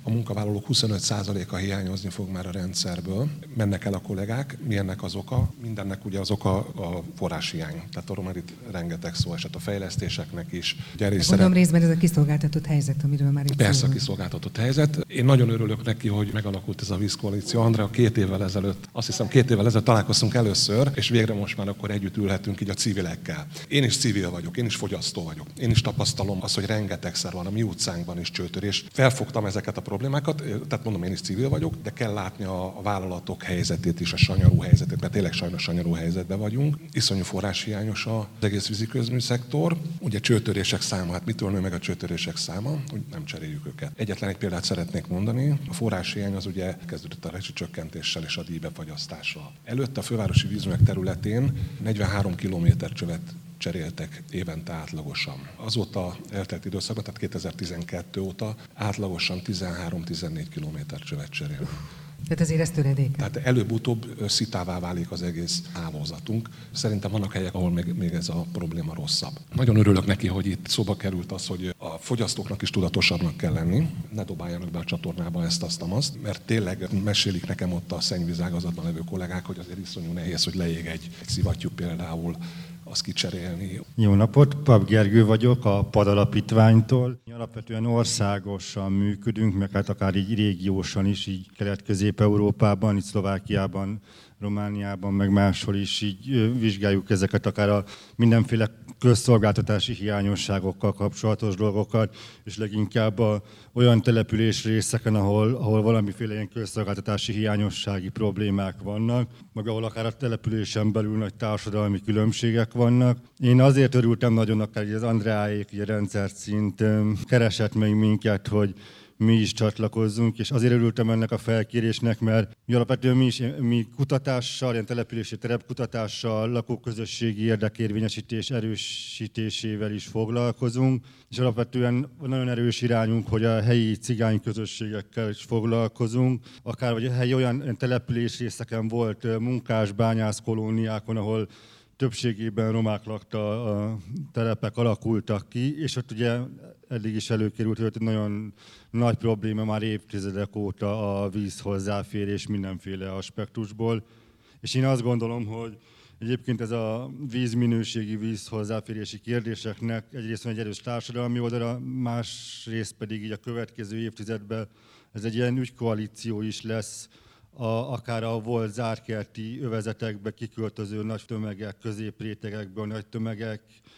A munkavállalók huszonöt százaléka hiányozni fog már a rendszerből. Mennek el a kollégák, mi ennek az oka? Mindennek ugye az oka a forráshiány. Tehát arról már itt rengeteg szó esett a fejlesztéseknek is. Gondolom szeret... részben ez a kiszolgáltatott helyzet, amiről már itt Persze szól. a kiszolgáltatott helyzet. Én nagyon örülök neki, hogy megalakult ez a vízkoalíció. Andrea, két évvel ezelőtt, azt hiszem két évvel ezelőtt találkoztunk először, és végre most már akkor együtt ülhetünk így a civilekkel. Én is civil vagyok, én is fogyasztó vagyok. Én is tapasztalom azt, hogy rengetegszer van a mi utcánkban is csőtörés. Felfogtam ezeket a problémákat, tehát mondom, én is civil vagyok, de kell látni a vállalatok helyzetét is, a sanyarú helyzetét, mert tényleg sajnos sanyarú helyzetben vagyunk. Iszonyú forráshiányos az egész víziközmű szektor. Ugye csőtörések száma, hát mitől nő meg a csőtörések száma, hogy nem cseréljük őket. Egyetlen egy példát szeretnék mondani. A forráshiány az ugye kezdődött a rezsicsökkentéssel és a díjbefagyasztással. Előtte a fővárosi vízművek területén negyvenhárom kilométer csövet cseréltek évente átlagosan. Azóta eltelt időszakban, tehát kétezer-tizenkettő óta átlagosan tizenhárom-tizennégy kilométer csövet cserél. Tehát azért ez töredék. Tehát előbb-utóbb szitává válik az egész hálózatunk. Szerintem vannak helyek, ahol még, még ez a probléma rosszabb. Nagyon örülök neki, hogy itt szóba került az, hogy a fogyasztóknak is tudatosabbnak kell lenni. Ne dobáljanak be a csatornába ezt, azt, azt, mert tényleg mesélik nekem ott a szennyvízágazatban levő kollégák, hogy azért iszonyú nehéz, hogy leég egy, egy szivattyú például, azt kicserélni. Jó napot, Pap Gergő vagyok a PAD Alapítványtól. Alapvetően országosan működünk, meg hát akár így régiósan is, így Kelet-Közép-Európában, itt Szlovákiában, Romániában, meg máshol is így vizsgáljuk ezeket akár a mindenféle közszolgáltatási hiányosságokkal kapcsolatos dolgokat, és leginkább a olyan település részeken, ahol, ahol valamiféle ilyen közszolgáltatási hiányossági problémák vannak, meg ahol akár a településen belül nagy társadalmi különbségek vannak. Én azért örültem nagyon, akár az Andreáék, ugye rendszerszint keresett meg minket, hogy mi is csatlakozzunk, és azért örültem ennek a felkérésnek, mert mi alapvetően mi is mi kutatással, ilyen települési terepkutatással, lakóközösségi érdekérvényesítés erősítésével is foglalkozunk, és alapvetően nagyon erős irányunk, hogy a helyi cigány közösségekkel is foglalkozunk, akár vagy a helyi olyan település részeken volt munkás, bányász kolóniákon, ahol többségében romák lakta, a telepek alakultak ki, és ott ugye eddig is előkerült, hogy nagyon nagy probléma már évtizedek óta a víz hozzáférés mindenféle aspektusból. És én azt gondolom, hogy egyébként ez a vízminőségi, víz hozzáférési kérdéseknek egyrészt egy erős társadalmi oldala, másrészt pedig így a következő évtizedben ez egy ilyen ügykoalíció is lesz, A, akár a volt zárkerti övezetekbe kiköltöző nagy tömegek, középrétegekből nagy tömegek,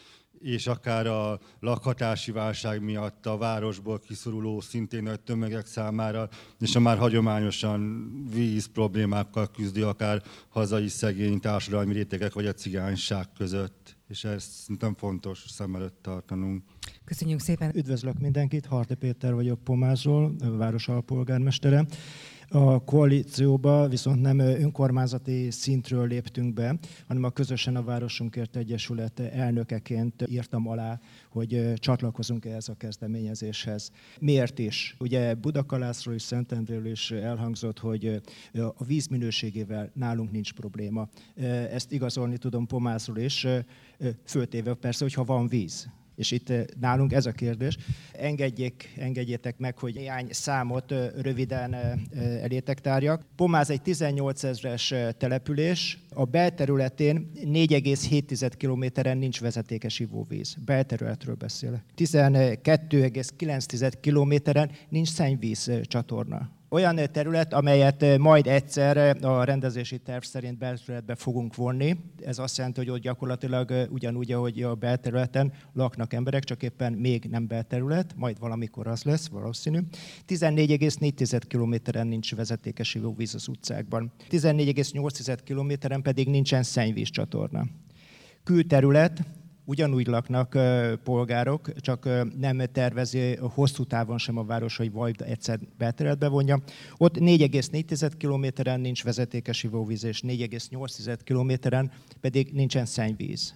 és akár a lakhatási válság miatt a városból kiszoruló szintén nagy tömegek számára, és a már hagyományosan víz problémákkal küzdő, akár hazai szegény társadalmi rétegek vagy a cigányság között. És ezt szerintem fontos szem előtt tartanunk. Köszönjük szépen! Üdvözlök mindenkit, Hardy Péter vagyok Pomázról, város alpolgármestere. A koalícióba viszont nem önkormányzati szintről léptünk be, hanem a Közösen a Városunkért Egyesület elnökeként írtam alá, hogy csatlakozunk ehhez a kezdeményezéshez. Miért is? Ugye Budakalászról és Szentendréről is elhangzott, hogy a víz minőségével nálunk nincs probléma. Ezt igazolni tudom Pomázról is, föltéve persze, hogyha van víz. És itt nálunk ez a kérdés. Engedjék, engedjétek meg, hogy néhány számot röviden elétek tárjak. Pomáz egy tizennyolc ezres település. A belterületén négy egész hét kilométeren nincs vezetékes ivóvíz. Belterületről beszélek. tizenkettő egész kilenc kilométeren nincs szennyvíz csatorna. Olyan terület, amelyet majd egyszer a rendezési terv szerint belterületbe fogunk vonni. Ez azt jelenti, hogy ott gyakorlatilag ugyanúgy, ahogy a belterületen laknak emberek, csak éppen még nem belterület, majd valamikor az lesz, valószínű. tizennégy egész négy kilométeren nincs vezetékes ivóvíz az utcákban. tizennégy egész nyolc kilométeren pedig nincsen szennyvízcsatorna. Külterület, ugyanúgy laknak polgárok, csak nem tervezi hosszú távon sem a város, hogy majd egyszer belterületbe vonja. Ott négy egész négy kilométeren nincs vezetékes ivóvíz, és négy egész nyolc kilométeren pedig nincsen szennyvíz.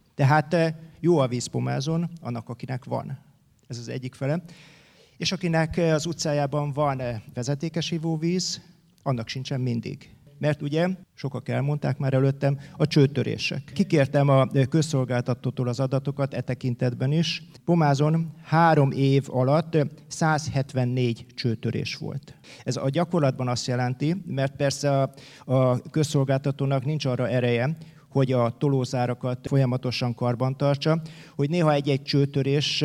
Tehát jó a víz Pomázon, annak, akinek van. Ez az egyik fele. És akinek az utcájában van vezetékes ivóvíz, annak sincsen mindig. mert ugye, sokak elmondták már előttem, a csőtörések. Kikértem a közszolgáltatótól az adatokat e tekintetben is. Pomázon három év alatt száz hetvennégy csőtörés volt. Ez a gyakorlatban azt jelenti, mert persze a, a közszolgáltatónak nincs arra ereje, hogy a tolózárakat folyamatosan karbantartsa, hogy néha egy-egy csőtörés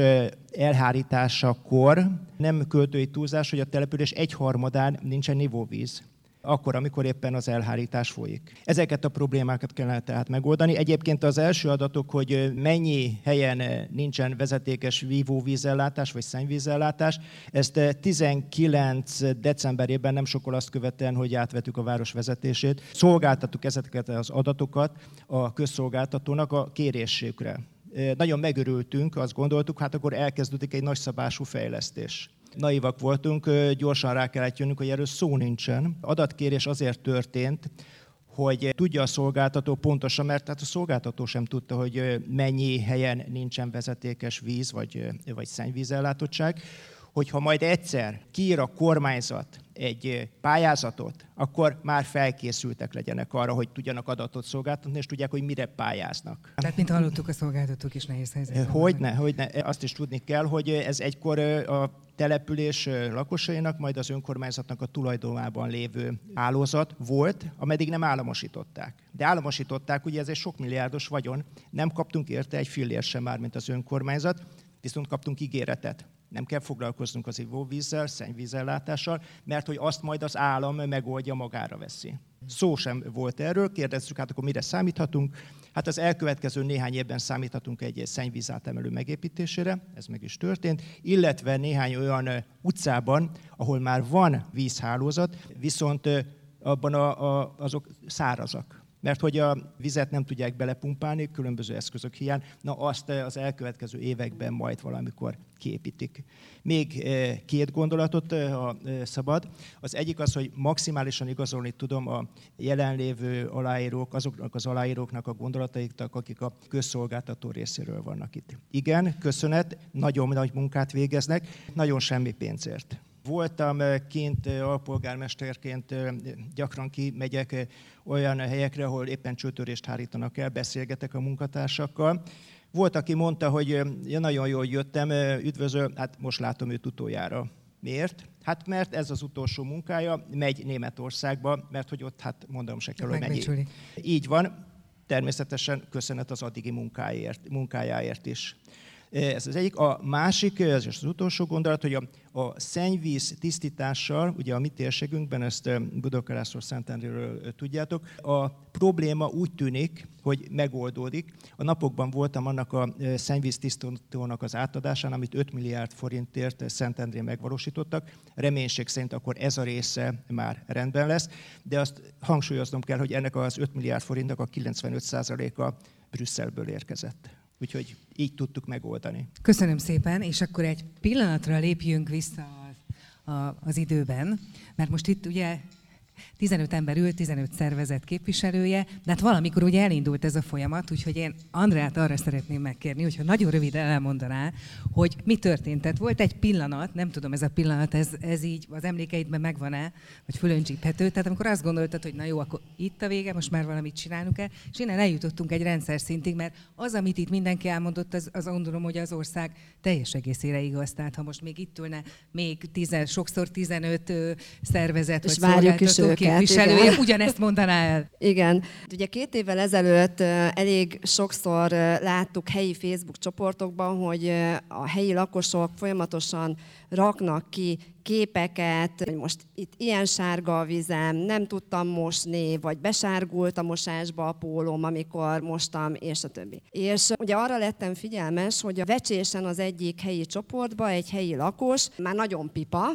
elhárításakor nem költői túlzás, hogy a település egyharmadán nincsen ivóvíz. Akkor, amikor éppen az elhárítás folyik. Ezeket a problémákat kellene tehát megoldani. Egyébként az első adatok, hogy mennyi helyen nincsen vezetékes ivóvízellátás vagy szennyvízellátás, ezt tizenkilenc decemberében, nem sokkal azt követően, hogy átvettük a város vezetését, szolgáltattuk ezeket az adatokat a közszolgáltatónak a kérésükre. Nagyon megörültünk, azt gondoltuk, hát akkor elkezdődik egy nagyszabású fejlesztés. Naivak voltunk, gyorsan rá kellett jönnünk, hogy erről szó nincsen. Adatkérés azért történt, hogy tudja a szolgáltató pontosan, mert hát a szolgáltató sem tudta, hogy mennyi helyen nincsen vezetékes víz vagy, vagy szennyvízellátottság, hogyha majd egyszer kiír a kormányzat egy pályázatot, akkor már felkészültek legyenek arra, hogy tudjanak adatot szolgáltatni, és tudják, hogy mire pályáznak. Tehát, mint hallottuk, a szolgáltatók is nehéz helyzetben. Hogyne, hogyne. Azt is tudni kell, hogy ez egykor a település lakosainak, majd az önkormányzatnak a tulajdonában lévő hálózat volt, ameddig nem államosították. De államosították, ugye ez egy sok milliárdos vagyon, nem kaptunk érte egy fillér sem már, mint az önkormányzat, viszont kaptunk ígéretet. Nem kell foglalkoznunk az ivóvízzel, szennyvízellátással, mert hogy azt majd az állam megoldja, magára veszi. Szó sem volt erről, kérdezzük, hát akkor mire számíthatunk? Hát az elkövetkező néhány évben számíthatunk egy szennyvízátemelő megépítésére, ez meg is történt, illetve néhány olyan utcában, ahol már van vízhálózat, viszont abban a, a, azok szárazak. Mert hogy a vizet nem tudják belepumpálni, különböző eszközök hiány, na azt az elkövetkező években majd valamikor kiépítik. Még két gondolatot, ha szabad. Az egyik az, hogy maximálisan igazolni tudom a jelenlévő aláírók, azoknak az aláíróknak a gondolataiknak, akik a közszolgáltató részéről vannak itt. Igen, köszönet, nagyon nagy munkát végeznek, nagyon semmi pénzért. Voltam kint alpolgármesterként, gyakran kimegyek olyan helyekre, ahol éppen csőtörést hárítanak el, beszélgetek a munkatársakkal. Volt, aki mondta, hogy ja, nagyon jól jöttem, üdvözöl, hát most látom őt utoljára. Miért? Hát mert ez az utolsó munkája, megy Németországba, mert hogy ott, hát mondom se kell, hogy mennyi. Így van, természetesen köszönet az addigi munkáért, munkájáért is. Ez az egyik. A másik, ez is az utolsó gondolat, hogy a, a szennyvíz tisztítással, ugye a mi térségünkben, ezt Budakalászról, Szentendréről tudjátok, a probléma úgy tűnik, hogy megoldódik. A napokban voltam annak a szennyvíz tisztítónak az átadásán, amit öt milliárd forintért Szentendrén megvalósítottak. Reménység szerint akkor ez a része már rendben lesz, de azt hangsúlyoznom kell, hogy ennek az öt milliárd forintnak a kilencvenöt százaléka Brüsszelből érkezett. Úgyhogy így tudtuk megoldani. Köszönöm szépen, és akkor egy pillanatra lépjünk vissza az, a, az időben, mert most itt ugye tizenöt ember ült, tizenöt szervezet képviselője, de hát valamikor ugye elindult ez a folyamat, úgyhogy én Andreát arra szeretném megkérni, hogyha nagyon röviden elmondaná, hogy mi történt. Tehát volt egy pillanat, nem tudom, ez a pillanat, ez, ez így az emlékeidben megvan-e, vagy fölöncsíphető, tehát amikor azt gondoltad, hogy na jó, akkor itt a vége, most már valamit csinálnunk kell, és innen eljutottunk egy rendszer szintig, mert az, amit itt mindenki elmondott, az, az gondolom, hogy az ország teljes egészére igaz. Tehát ha most még itt ülne még tizen, sokszor tizenöt szervezet, és vagy szolgáltató képviselője, ugyanezt mondaná el. Igen. Ugye két évvel ezelőtt elég sokszor láttuk helyi Facebook csoportokban, hogy a helyi lakosok folyamatosan raknak ki képeket, hogy most itt ilyen sárga a vizem, nem tudtam mosni, vagy besárgult a mosásba a pólóm, amikor mostam, és a többi. És ugye arra lettem figyelmes, hogy a Vecsésen az egyik helyi csoportba egy helyi lakos, már nagyon pipa,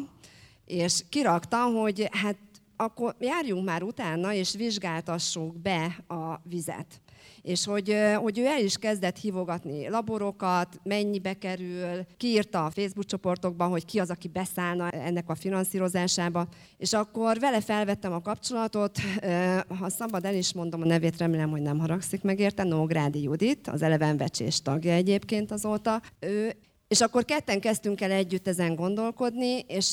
és kiraktam, hogy hát akkor járjunk már utána, és vizsgáltassuk be a vizet. És hogy, hogy ő el is kezdett hívogatni laborokat, mennyibe kerül, kiírta a Facebook csoportokban, hogy ki az, aki beszállna ennek a finanszírozásába. És akkor vele felvettem a kapcsolatot, ha szabad, el is mondom a nevét, remélem, hogy nem haragszik meg érte, Nógrádi Judit, az Eleven Vecsés tagja egyébként azóta. Ő, és akkor ketten kezdtünk el együtt ezen gondolkodni, és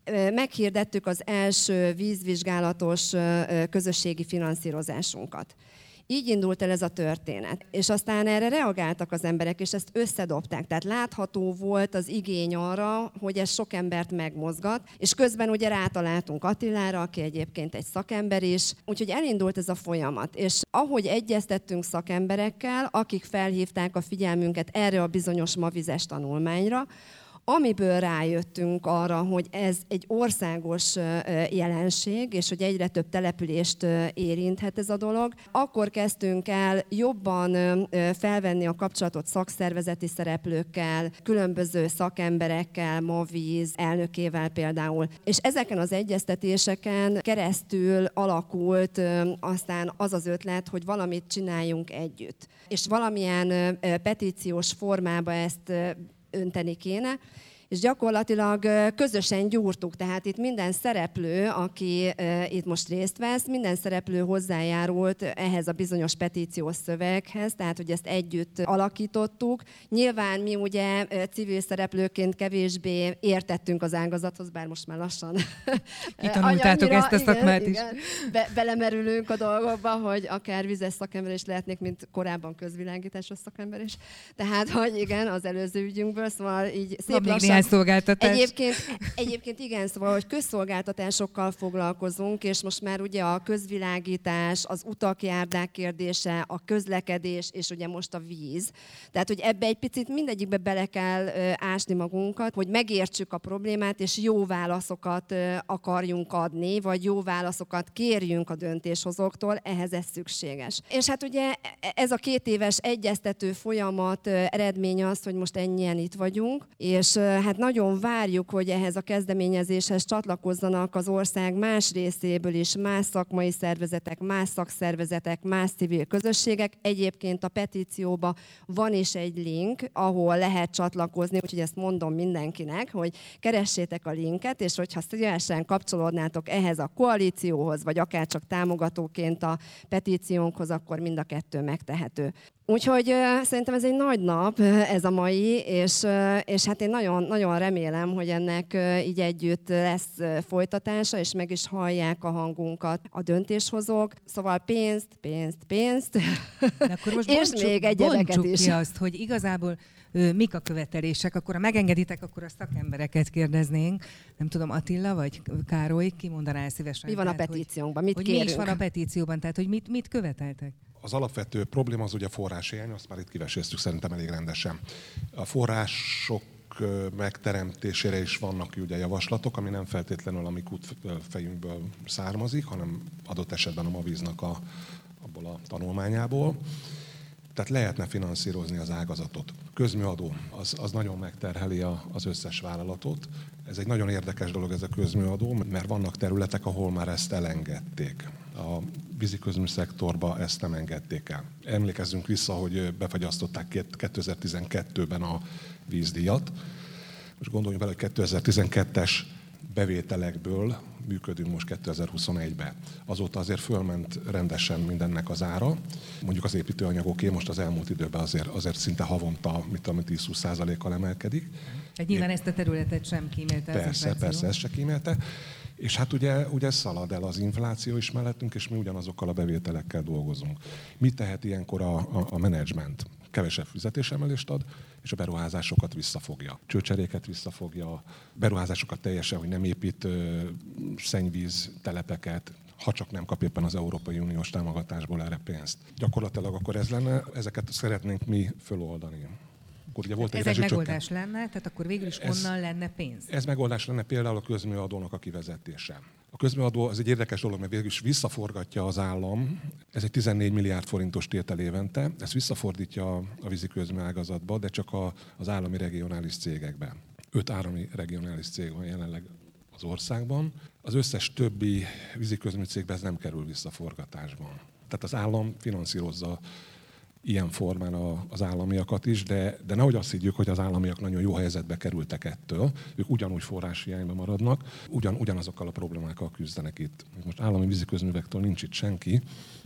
meghirdettük az első vízvizsgálatos közösségi finanszírozásunkat. Így indult el ez a történet. És aztán erre reagáltak az emberek, és ezt összedobták. Tehát látható volt az igény arra, hogy ez sok embert megmozgat, és közben ugye rátaláltunk Attilára, aki egyébként egy szakember is, úgyhogy elindult ez a folyamat. És ahogy egyeztettünk szakemberekkel, akik felhívták a figyelmünket erre a bizonyos mavizes tanulmányra, amiből rájöttünk arra, hogy ez egy országos jelenség, és hogy egyre több települést érinthet ez a dolog, akkor kezdtünk el jobban felvenni a kapcsolatot szakszervezeti szereplőkkel, különböző szakemberekkel, Mavíz elnökével például. És ezeken az egyeztetéseken keresztül alakult aztán az az ötlet, hogy valamit csináljunk együtt. És valamilyen petíciós formába ezt önteni kéne, és gyakorlatilag közösen gyúrtuk, tehát itt minden szereplő, aki itt most részt vesz, minden szereplő hozzájárult ehhez a bizonyos petíciós szöveghez, tehát hogy ezt együtt alakítottuk. Nyilván mi ugye civil szereplőként kevésbé értettünk az ágazathoz, bár most már lassan kitanultátok ezt a szakmát igen, is. Igen, be, belemerülünk a dolgokba, hogy akár vizes szakember is lehetnék, mint korábban közvilágításos szakember is. Tehát, hogy igen, az előző ügyünkből, szóval így szép lassan. Szolgáltatás. Egyébként, egyébként igen, szóval, hogy közszolgáltatásokkal foglalkozunk, és most már ugye a közvilágítás, az utak, járdák kérdése, a közlekedés, és ugye most a víz. Tehát, hogy ebbe egy picit mindegyikbe bele kell ásni magunkat, hogy megértsük a problémát, és jó válaszokat akarjunk adni, vagy jó válaszokat kérjünk a döntéshozóktól, ehhez ez szükséges. És hát ugye ez a két éves egyeztető folyamat eredménye az, hogy most ennyien itt vagyunk, és hát nagyon várjuk, hogy ehhez a kezdeményezéshez csatlakozzanak az ország más részéből is, más szakmai szervezetek, más szakszervezetek, más civil közösségek. Egyébként a petícióban van is egy link, ahol lehet csatlakozni, úgyhogy ezt mondom mindenkinek, hogy keressétek a linket, és hogyha szívesen kapcsolódnátok ehhez a koalícióhoz, vagy akár csak támogatóként a petíciónkhoz, akkor mind a kettő megtehető. Úgyhogy uh, szerintem ez egy nagy nap, ez a mai, és, uh, és hát én nagyon, nagyon remélem, hogy ennek uh, így együtt lesz uh, folytatása, és meg is hallják a hangunkat a döntéshozók. Szóval pénzt, pénzt, pénzt, de akkor most és bontsuk, még egyebeket is. Ki azt, hogy igazából ő, mik a követelések, akkor ha megengeditek, akkor a szakembereket kérdeznénk. Nem tudom, Attila vagy Károly, ki mondaná el szívesen? Mi van tehát, a petíciónkban? Mit hogy, kérünk? hogy mi is van a petícióban, tehát hogy mit, mit követeltek? Az alapvető probléma az ugye forráshiány, azt már itt kiveséztük szerintem elég rendesen. A források megteremtésére is vannak ugye javaslatok, ami nem feltétlenül a mi kútfejünkből származik, hanem adott esetben a Mavíznak a, abból a tanulmányából. Tehát lehetne finanszírozni az ágazatot. Közműadó, az, az nagyon megterheli a, az összes vállalatot. Ez egy nagyon érdekes dolog ez a közműadó, mert vannak területek, ahol már ezt elengedték. A víziközmű szektorba ezt nem engedték el. Emlékezzünk vissza, hogy befagyasztották kétezer-tizenkettőben a vízdíjat. Most gondoljunk bele, hogy kétezer-tizenkettes bevételekből működünk most kétezer-huszonegyben. Azóta azért fölment rendesen mindennek az ára. Mondjuk az építőanyagoké most az elmúlt időben azért, azért szinte havonta, mit tudom, tíz-húsz százalékkal emelkedik. Hát nyilván ezt a területet sem kímélte. Persze, persze, ezt se kímélte. És hát ugye, ugye szalad el az infláció is mellettünk, és mi ugyanazokkal a bevételekkel dolgozunk. Mit tehet ilyenkor a, a, a menedzsment? Kevesebb fizetésemelést ad, és a beruházásokat visszafogja. Csőcseréket visszafogja, beruházásokat teljesen, hogy nem épít ö, szennyvíz telepeket, ha csak nem kap éppen az Európai Uniós támogatásból erre pénzt. Gyakorlatilag akkor ez lenne, ezeket szeretnénk mi föloldani. Ugye volt ez egy megoldás lenne, tehát akkor végül is ez, onnan lenne pénz? Ez megoldás lenne például a közműadónak a kivezetése. A közműadó az egy érdekes dolog, mert végül is visszaforgatja az állam, ez egy tizennégy milliárd forintos tétel évente, ezt visszafordítja a vízi közműágazatba, de csak a, az állami regionális cégekbe. Öt állami regionális cég van jelenleg az országban. Az összes többi vízi közmű cégbe ez nem kerül visszaforgatásban. Tehát az állam finanszírozza ilyen formán az államiakat is, de, de nehogy azt higgyük, hogy az államiak nagyon jó helyzetbe kerültek ettől. Ők ugyanúgy forráshiányban maradnak, ugyan, ugyanazokkal a problémákkal küzdenek itt. Most állami víziközművektől nincs itt senki,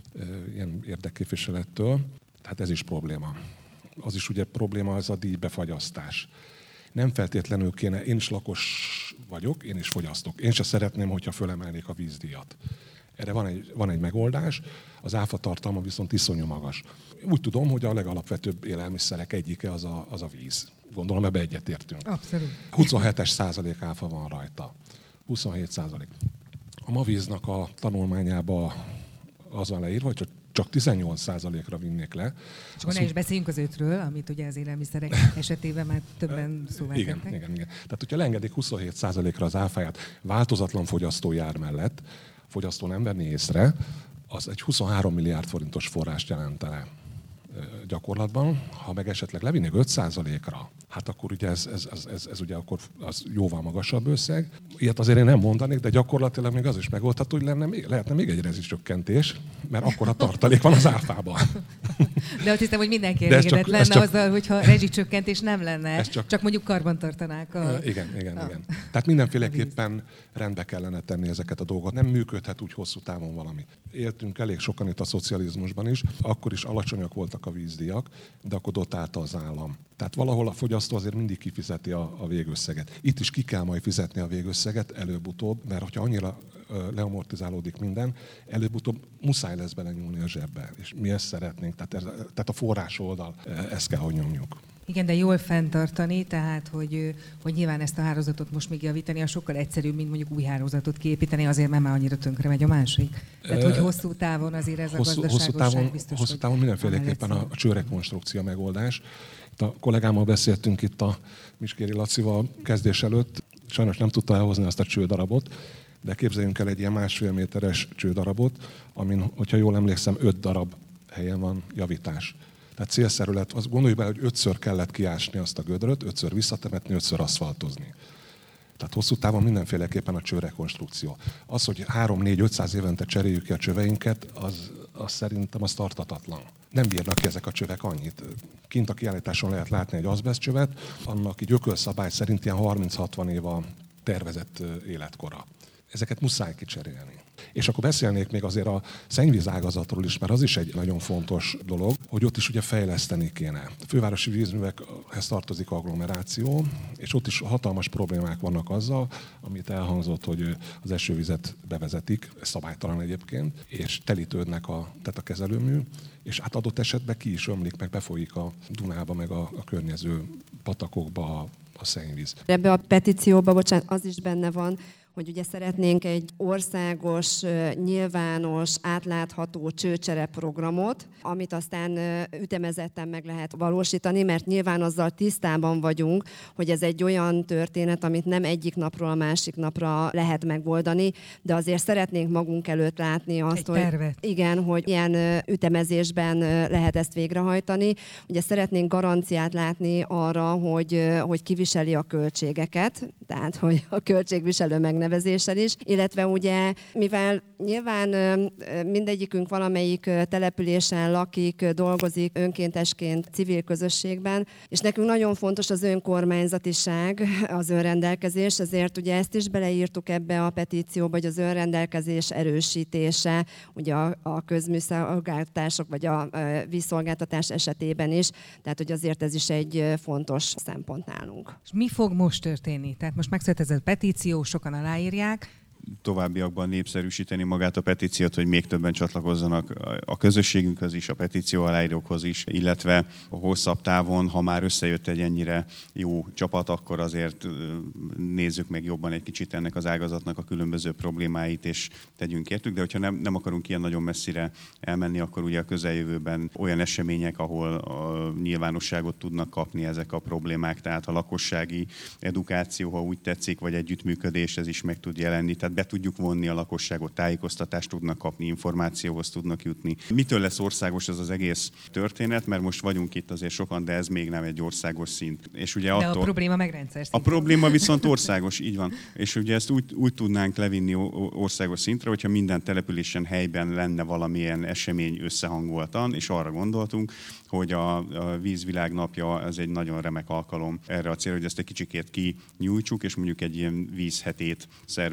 ilyen érdekképviselettől, tehát ez is probléma. Az is ugye probléma, az a díjbefagyasztás. nem feltétlenül kéne, én is lakos vagyok, én is fogyasztok. Én sem szeretném, hogyha fölemelnék a vízdíjat. Erre van egy, van egy megoldás, az áfa tartalma viszont iszonyú magas. Úgy tudom, hogy a legalapvetőbb élelmiszerek egyike az a, az a víz. Gondolom, ebbe egyetértünk. Abszolút. huszonhetes százalék áfa van rajta. huszonhét százalék. A Mavíznak a tanulmányában az van leírva, hogy csak tizennyolc százalékra vinnék le. És akkor ne is beszéljünk az ötről, amit ugye az élelmiszerek esetében már többen szóvá igen, tettek. igen, igen. Tehát, hogyha lengedik huszonhét százalékra az áfáját változatlan fogyasztói ár mellett, a fogyasztó nem venni észre, az egy huszonhárom milliárd forintos forrást jelentene gyakorlatban. Ha meg esetleg levinnék öt százalékra, hát akkor ugye ez, ez, ez, ez, ez ugye akkor az jóval magasabb összeg. Ilyet azért én nem mondanék, de gyakorlatilag még az is megoldható, hogy lenne, lehetne még egy rezsicsökkentés, mert akkor a tartalék van az áfában. De azt hiszem, hogy mindenki elégedett lenne csak, azzal, hogyha rezsicsökkentés nem lenne, csak, csak mondjuk karbantartanák a... Igen, igen, a, igen. Tehát mindenféleképpen rendbe kellene tenni ezeket a dolgokat. Nem működhet úgy hosszú távon valami. Éltünk elég sokan itt a szocializmusban is, akkor is alacsonyak voltak a vízdíjak, de akkor dotálta az állam. Tehát valahol a fogyasztó azért mindig kifizeti a, a végösszeget. Itt is ki kell majd fizetni a végösszeget előbb-utóbb, mert hogyha annyira leamortizálódik minden, előbb-utóbb muszáj lesz belenyúlni a zsebbe. És mi ezt szeretnénk, tehát, ez, tehát a forrás oldal, ezt kell, hogy nyomjuk. Igen, de jól fenntartani, tehát hogy, hogy nyilván ezt a hálózatot most még javítani, a sokkal egyszerűbb, mint mondjuk új hálózatot kiépíteni, azért mert már annyira tönkre megy a másik. Tehát, hogy hosszú távon azért ez hosszú, a gazdaságosság hosszú távon, biztos, hosszú távon mindenféleképpen a, a csőrekonstrukció megoldás. Itt a kollégámmal beszéltünk itt a Miskéri Lacival kezdés előtt, sajnos nem tudta elhozni azt a csődarabot, de képzeljünk el egy ilyen másfél méteres csődarabot, amin, hogyha jól emlékszem, öt darab helyen van javítás. Tehát célszerű lett, azt gondoljuk bele, hogy ötször kellett kiásni azt a gödröt, ötször visszatemetni, ötször aszfaltozni. Tehát hosszú távon mindenféleképpen a csőrekonstrukció. Az, hogy három-négy-ötszáz évente cseréljük ki a csöveinket, az, az szerintem az tartatatlan. Nem bírnak ki ezek a csövek annyit. Kint a kiállításon lehet látni egy azbesztcsövet, annak így ökölszabály szerint ilyen harminc-hatvan év a tervezett életkora. Ezeket muszáj kicserélni. És akkor beszélnék még azért a szennyvíz ágazatról is, mert az is egy nagyon fontos dolog, hogy ott is ugye fejleszteni kéne. A fővárosi vízművekhez tartozik agglomeráció, és ott is hatalmas problémák vannak azzal, amit elhangzott, hogy az esővizet bevezetik, ez szabálytalan egyébként, és telítődnek a, tehát a kezelőmű, és hát adott esetben ki is ömlik, meg befolyik a Dunába, meg a, a környező patakokba a, a szennyvíz. Ebbe a petícióba, bocsánat, az is benne van, hogy ugye szeretnénk egy országos, nyilvános, átlátható csőcsere programot, amit aztán ütemezetten meg lehet valósítani, mert nyilván azzal tisztában vagyunk, hogy ez egy olyan történet, amit nem egyik napról a másik napra lehet megoldani, de azért szeretnénk magunk előtt látni azt, egy hogy tervet. Igen, hogy ilyen ütemezésben lehet ezt végrehajtani. Ugye szeretnénk garanciát látni arra, hogy, hogy kiviseli a költségeket, tehát hogy a költségviselő megnevezéssel is, illetve ugye, mivel nyilván mindegyikünk valamelyik településen lakik, dolgozik önkéntesként civil közösségben, és nekünk nagyon fontos az önkormányzatiság, az önrendelkezés, ezért ugye ezt is beleírtuk ebbe a petícióba, hogy az önrendelkezés erősítése, ugye a, a közműszolgáltatások vagy a vízszolgáltatás esetében is, tehát hogy azért ez is egy fontos szempont nálunk. És mi fog most történni? Tehát most megszületett ez a petíció, sokan aláírják. Továbbiakban népszerűsíteni magát a petíciót, hogy még többen csatlakozzanak a közösségünkhöz is, a petíció aláírókhoz is, illetve a hosszabb távon, ha már összejött egy ennyire jó csapat, akkor azért nézzük meg jobban egy kicsit ennek az ágazatnak a különböző problémáit, és tegyünk értük, de hogyha nem, nem akarunk ilyen nagyon messzire elmenni, akkor ugye a közeljövőben olyan események, ahol a nyilvánosságot tudnak kapni ezek a problémák, tehát a lakossági edukáció, ha úgy tetszik, vagy együttműködés, ez is meg tud jelenni. Tehát be tudjuk vonni a lakosságot, tájékoztatást tudnak kapni, információhoz tudnak jutni. Mitől lesz országos ez az egész történet, mert most vagyunk itt azért sokan, de ez még nem egy országos szint. És ugye de attól, a probléma meg rendszer szint. A probléma viszont országos, így van. És ugye ezt úgy, úgy tudnánk levinni országos szintre, hogyha minden településen, helyben lenne valamilyen esemény összehangoltan, és arra gondoltunk, hogy a, a vízvilág napja az egy nagyon remek alkalom erre a célra, hogy ezt egy kicsikét kinyújtsuk, és mondjuk egy ilyen vízhetét szervezzünk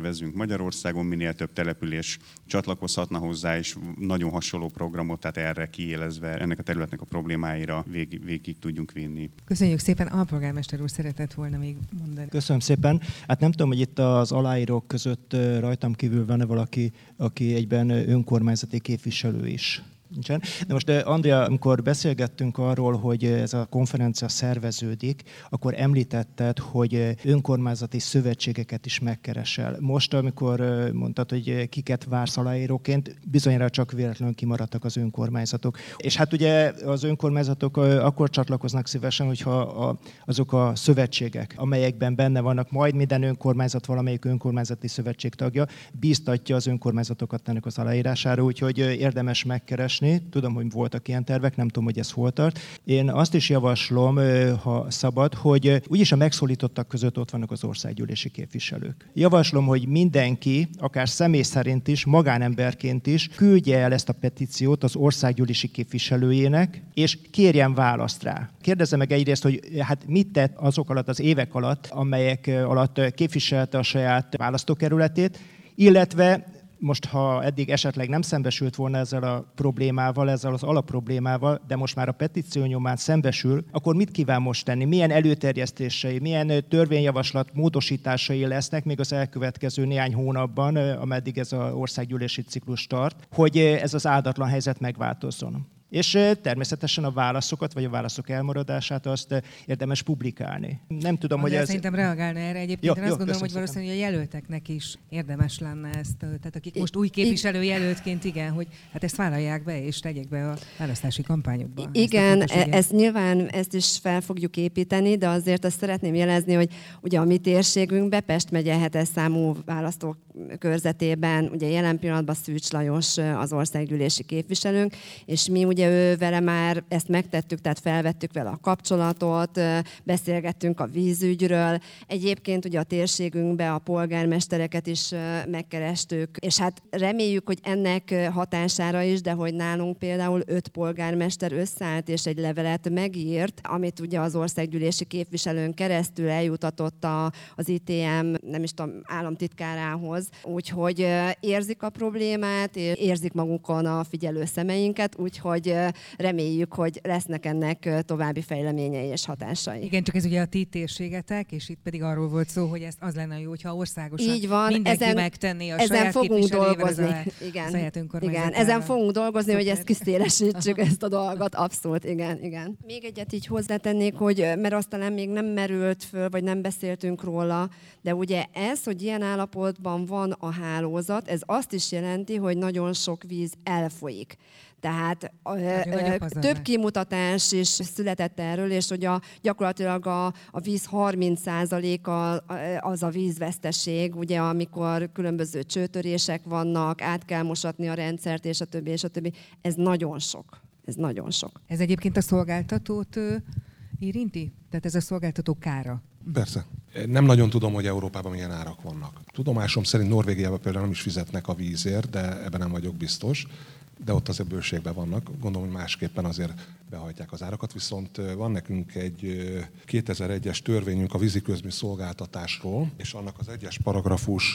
Magyarországon minél több település csatlakozhatna hozzá, és nagyon hasonló programot, tehát erre kiélezve ennek a területnek a problémáira végig, végig tudjunk vinni. Köszönjük szépen, alpolgármester úr szeretett volna még mondani. Köszönöm szépen. Hát nem tudom, hogy itt az aláírók között rajtam kívül van-e valaki, aki egyben önkormányzati képviselő is. Nincsen. De most, Andrea, amikor beszélgettünk arról, hogy ez a konferencia szerveződik, akkor említetted, hogy önkormányzati szövetségeket is megkeresel. Most, amikor mondtad, hogy kiket vársz aláíróként, bizonyára csak véletlenül kimaradtak az önkormányzatok. És hát ugye az önkormányzatok akkor csatlakoznak szívesen, hogyha azok a szövetségek, amelyekben benne vannak, majd minden önkormányzat, valamelyik önkormányzati szövetség tagja, bíztatja az önkormányzatokat ennek az aláírására, úgyhogy érdemes megkeresni. Tudom, hogy voltak ilyen tervek, nem tudom, hogy ez hol tart. Én azt is javaslom, ha szabad, hogy úgyis a megszólítottak között ott vannak az országgyűlési képviselők. Javaslom, hogy mindenki, akár személy szerint is, magánemberként is küldje el ezt a petíciót az országgyűlési képviselőjének, és kérjen választ rá. Kérdezze meg egyrészt, hogy hát mit tett azok alatt az évek alatt, amelyek alatt képviselte a saját választókerületét, illetve most, ha eddig esetleg nem szembesült volna ezzel a problémával, ezzel az alapproblémával, de most már a petíció nyomán szembesül, akkor mit kíván most tenni? Milyen előterjesztései, milyen törvényjavaslat módosításai lesznek még az elkövetkező néhány hónapban, ameddig ez az országgyűlési ciklus tart, hogy ez az áldatlan helyzet megváltozzon? És természetesen a válaszokat, vagy a válaszok elmaradását azt érdemes publikálni. Nem tudom, Andrea, hogy ez... szerintem reagálna erre egyébként. Jó, Én azt jó, gondolom, hogy valószínűleg a jelölteknek is érdemes lenne ezt. Tehát akik most új képviselő jelöltként, igen, hogy hát ezt vállalják be, és tegyék be a választási kampányokba. Igen, ezt, ezt nyilván ezt is fel fogjuk építeni, de azért azt szeretném jelezni, hogy ugye a mi térségünkben, Pest megye hetes számú választókörzetében, ugye jelen pillanatban Szűcs Lajos az országgyűlési képviselőnk, és mi ugye ő vele már ezt megtettük, tehát felvettük vele a kapcsolatot, beszélgettünk a vízügyről. Egyébként ugye a térségünkben a polgármestereket is megkerestük, és hát reméljük, hogy ennek hatására is, de hogy nálunk például öt polgármester összeállt és egy levelet megírt, amit ugye az országgyűlési képviselőn keresztül eljutatott a, az I T M, nem is tudom, államtitkárához. Úgyhogy érzik a problémát, érzik magukon a figyelő szemeinket, úgyhogy reméljük, hogy lesznek ennek további fejleményei és hatásai. Igen, csak ez ugye a ti térségetek, és itt pedig arról volt szó, hogy ez az lenne jó, hogyha országosan így van, mindenki ezen, megtenné a ezen saját fogunk dolgozni. A, igen, a igen, ezen fogunk dolgozni, hogy ezt kiszélesítsük ezt a dolgot, abszolút, igen, igen. Még egyet így hozzátennék, hogy mert azt talán még nem merült föl, vagy nem beszéltünk róla, de ugye ez, hogy ilyen állapotban van a hálózat, ez azt is jelenti, hogy nagyon sok víz elfolyik. Tehát ö, több kimutatás is született erről, és hogy a, gyakorlatilag a, a víz harminc százaléka az a vízveszteség, ugye, amikor különböző csőtörések vannak, át kell mosatni a rendszert, és a többi, és a többi. Ez nagyon sok. Ez nagyon sok. Ez egyébként a szolgáltatót ö, érinti? Tehát ez a szolgáltató kára? Persze. Nem nagyon tudom, hogy Európában milyen árak vannak. Tudomásom szerint Norvégiában például nem is fizetnek a vízért, de ebben nem vagyok biztos. De ott azért bőségben vannak. Gondolom, hogy másképpen azért behajtják az árakat. Viszont van nekünk egy kétezer-egyes törvényünk a víziközmű szolgáltatásról, és annak az egyes paragrafus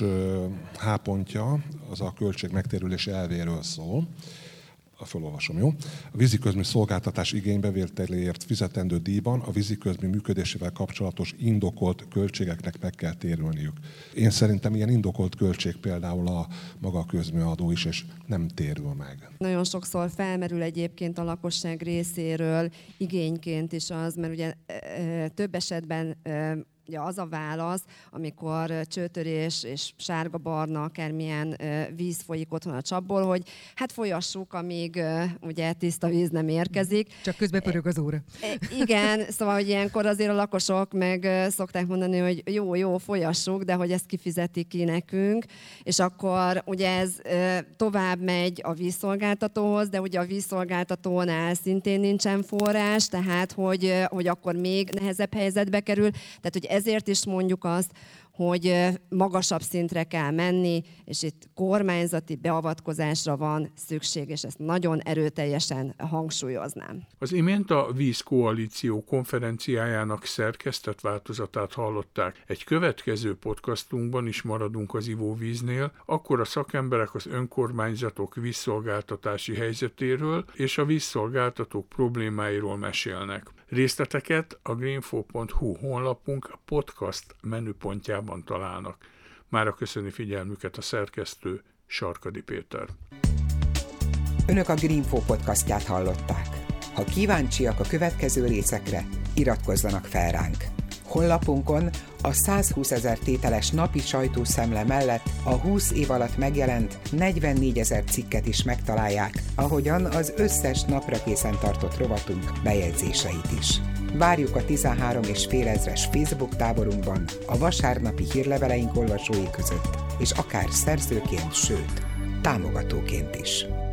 H pontja az a költség megtérülési elvéről szól. Felolvasom, jó? A víziközmű szolgáltatás igénybevételéért fizetendő díjban a víziközmű működésével kapcsolatos indokolt költségeknek meg kell térülniük. Én szerintem ilyen indokolt költség például a maga a közműadó is, és nem térül meg. Nagyon sokszor felmerül egyébként a lakosság részéről igényként is az, mert ugye több esetben ugye az a válasz, amikor csőtörés és sárga-barna, akármilyen víz folyik otthon a csapból, hogy hát folyassuk, amíg ugye tiszta víz nem érkezik. Csak közben pörög az óra. Igen, szóval, hogy ilyenkor azért a lakosok meg szokták mondani, hogy jó, jó, folyassuk, de hogy ezt kifizeti ki nekünk, és akkor ugye ez tovább megy a vízszolgáltatóhoz, de ugye a vízszolgáltatónál szintén nincsen forrás, tehát hogy, hogy akkor még nehezebb helyzetbe kerül. Tehát, hogy ezért is mondjuk azt, hogy magasabb szintre kell menni, és itt kormányzati beavatkozásra van szükség, és ezt nagyon erőteljesen hangsúlyoznám. Az imént a Vízkoalíció konferenciájának szerkesztett változatát hallották. Egy következő podcastunkban is maradunk az ivóvíznél, akkor a szakemberek az önkormányzatok vízszolgáltatási helyzetéről és a vízszolgáltatók problémáiról mesélnek. Részleteket a greenfo pont hu honlapunk podcast menüpontjában találnak. Mára köszöni figyelmüket a szerkesztő, Sarkadi Péter. Önök a Greenfo podcastját hallották. Ha kíváncsiak a következő részekre, iratkozzanak fel ránk. Honlapunkon a százhúszezer tételes napi sajtószemle mellett a húsz év alatt megjelent negyvennégyezer cikket is megtalálják, ahogyan az összes napra készen tartott rovatunk bejegyzéseit is. Várjuk a tizenhárom és fél ezres Facebook táborunkban, a vasárnapi hírleveleink olvasói között, és akár szerzőként, sőt, támogatóként is.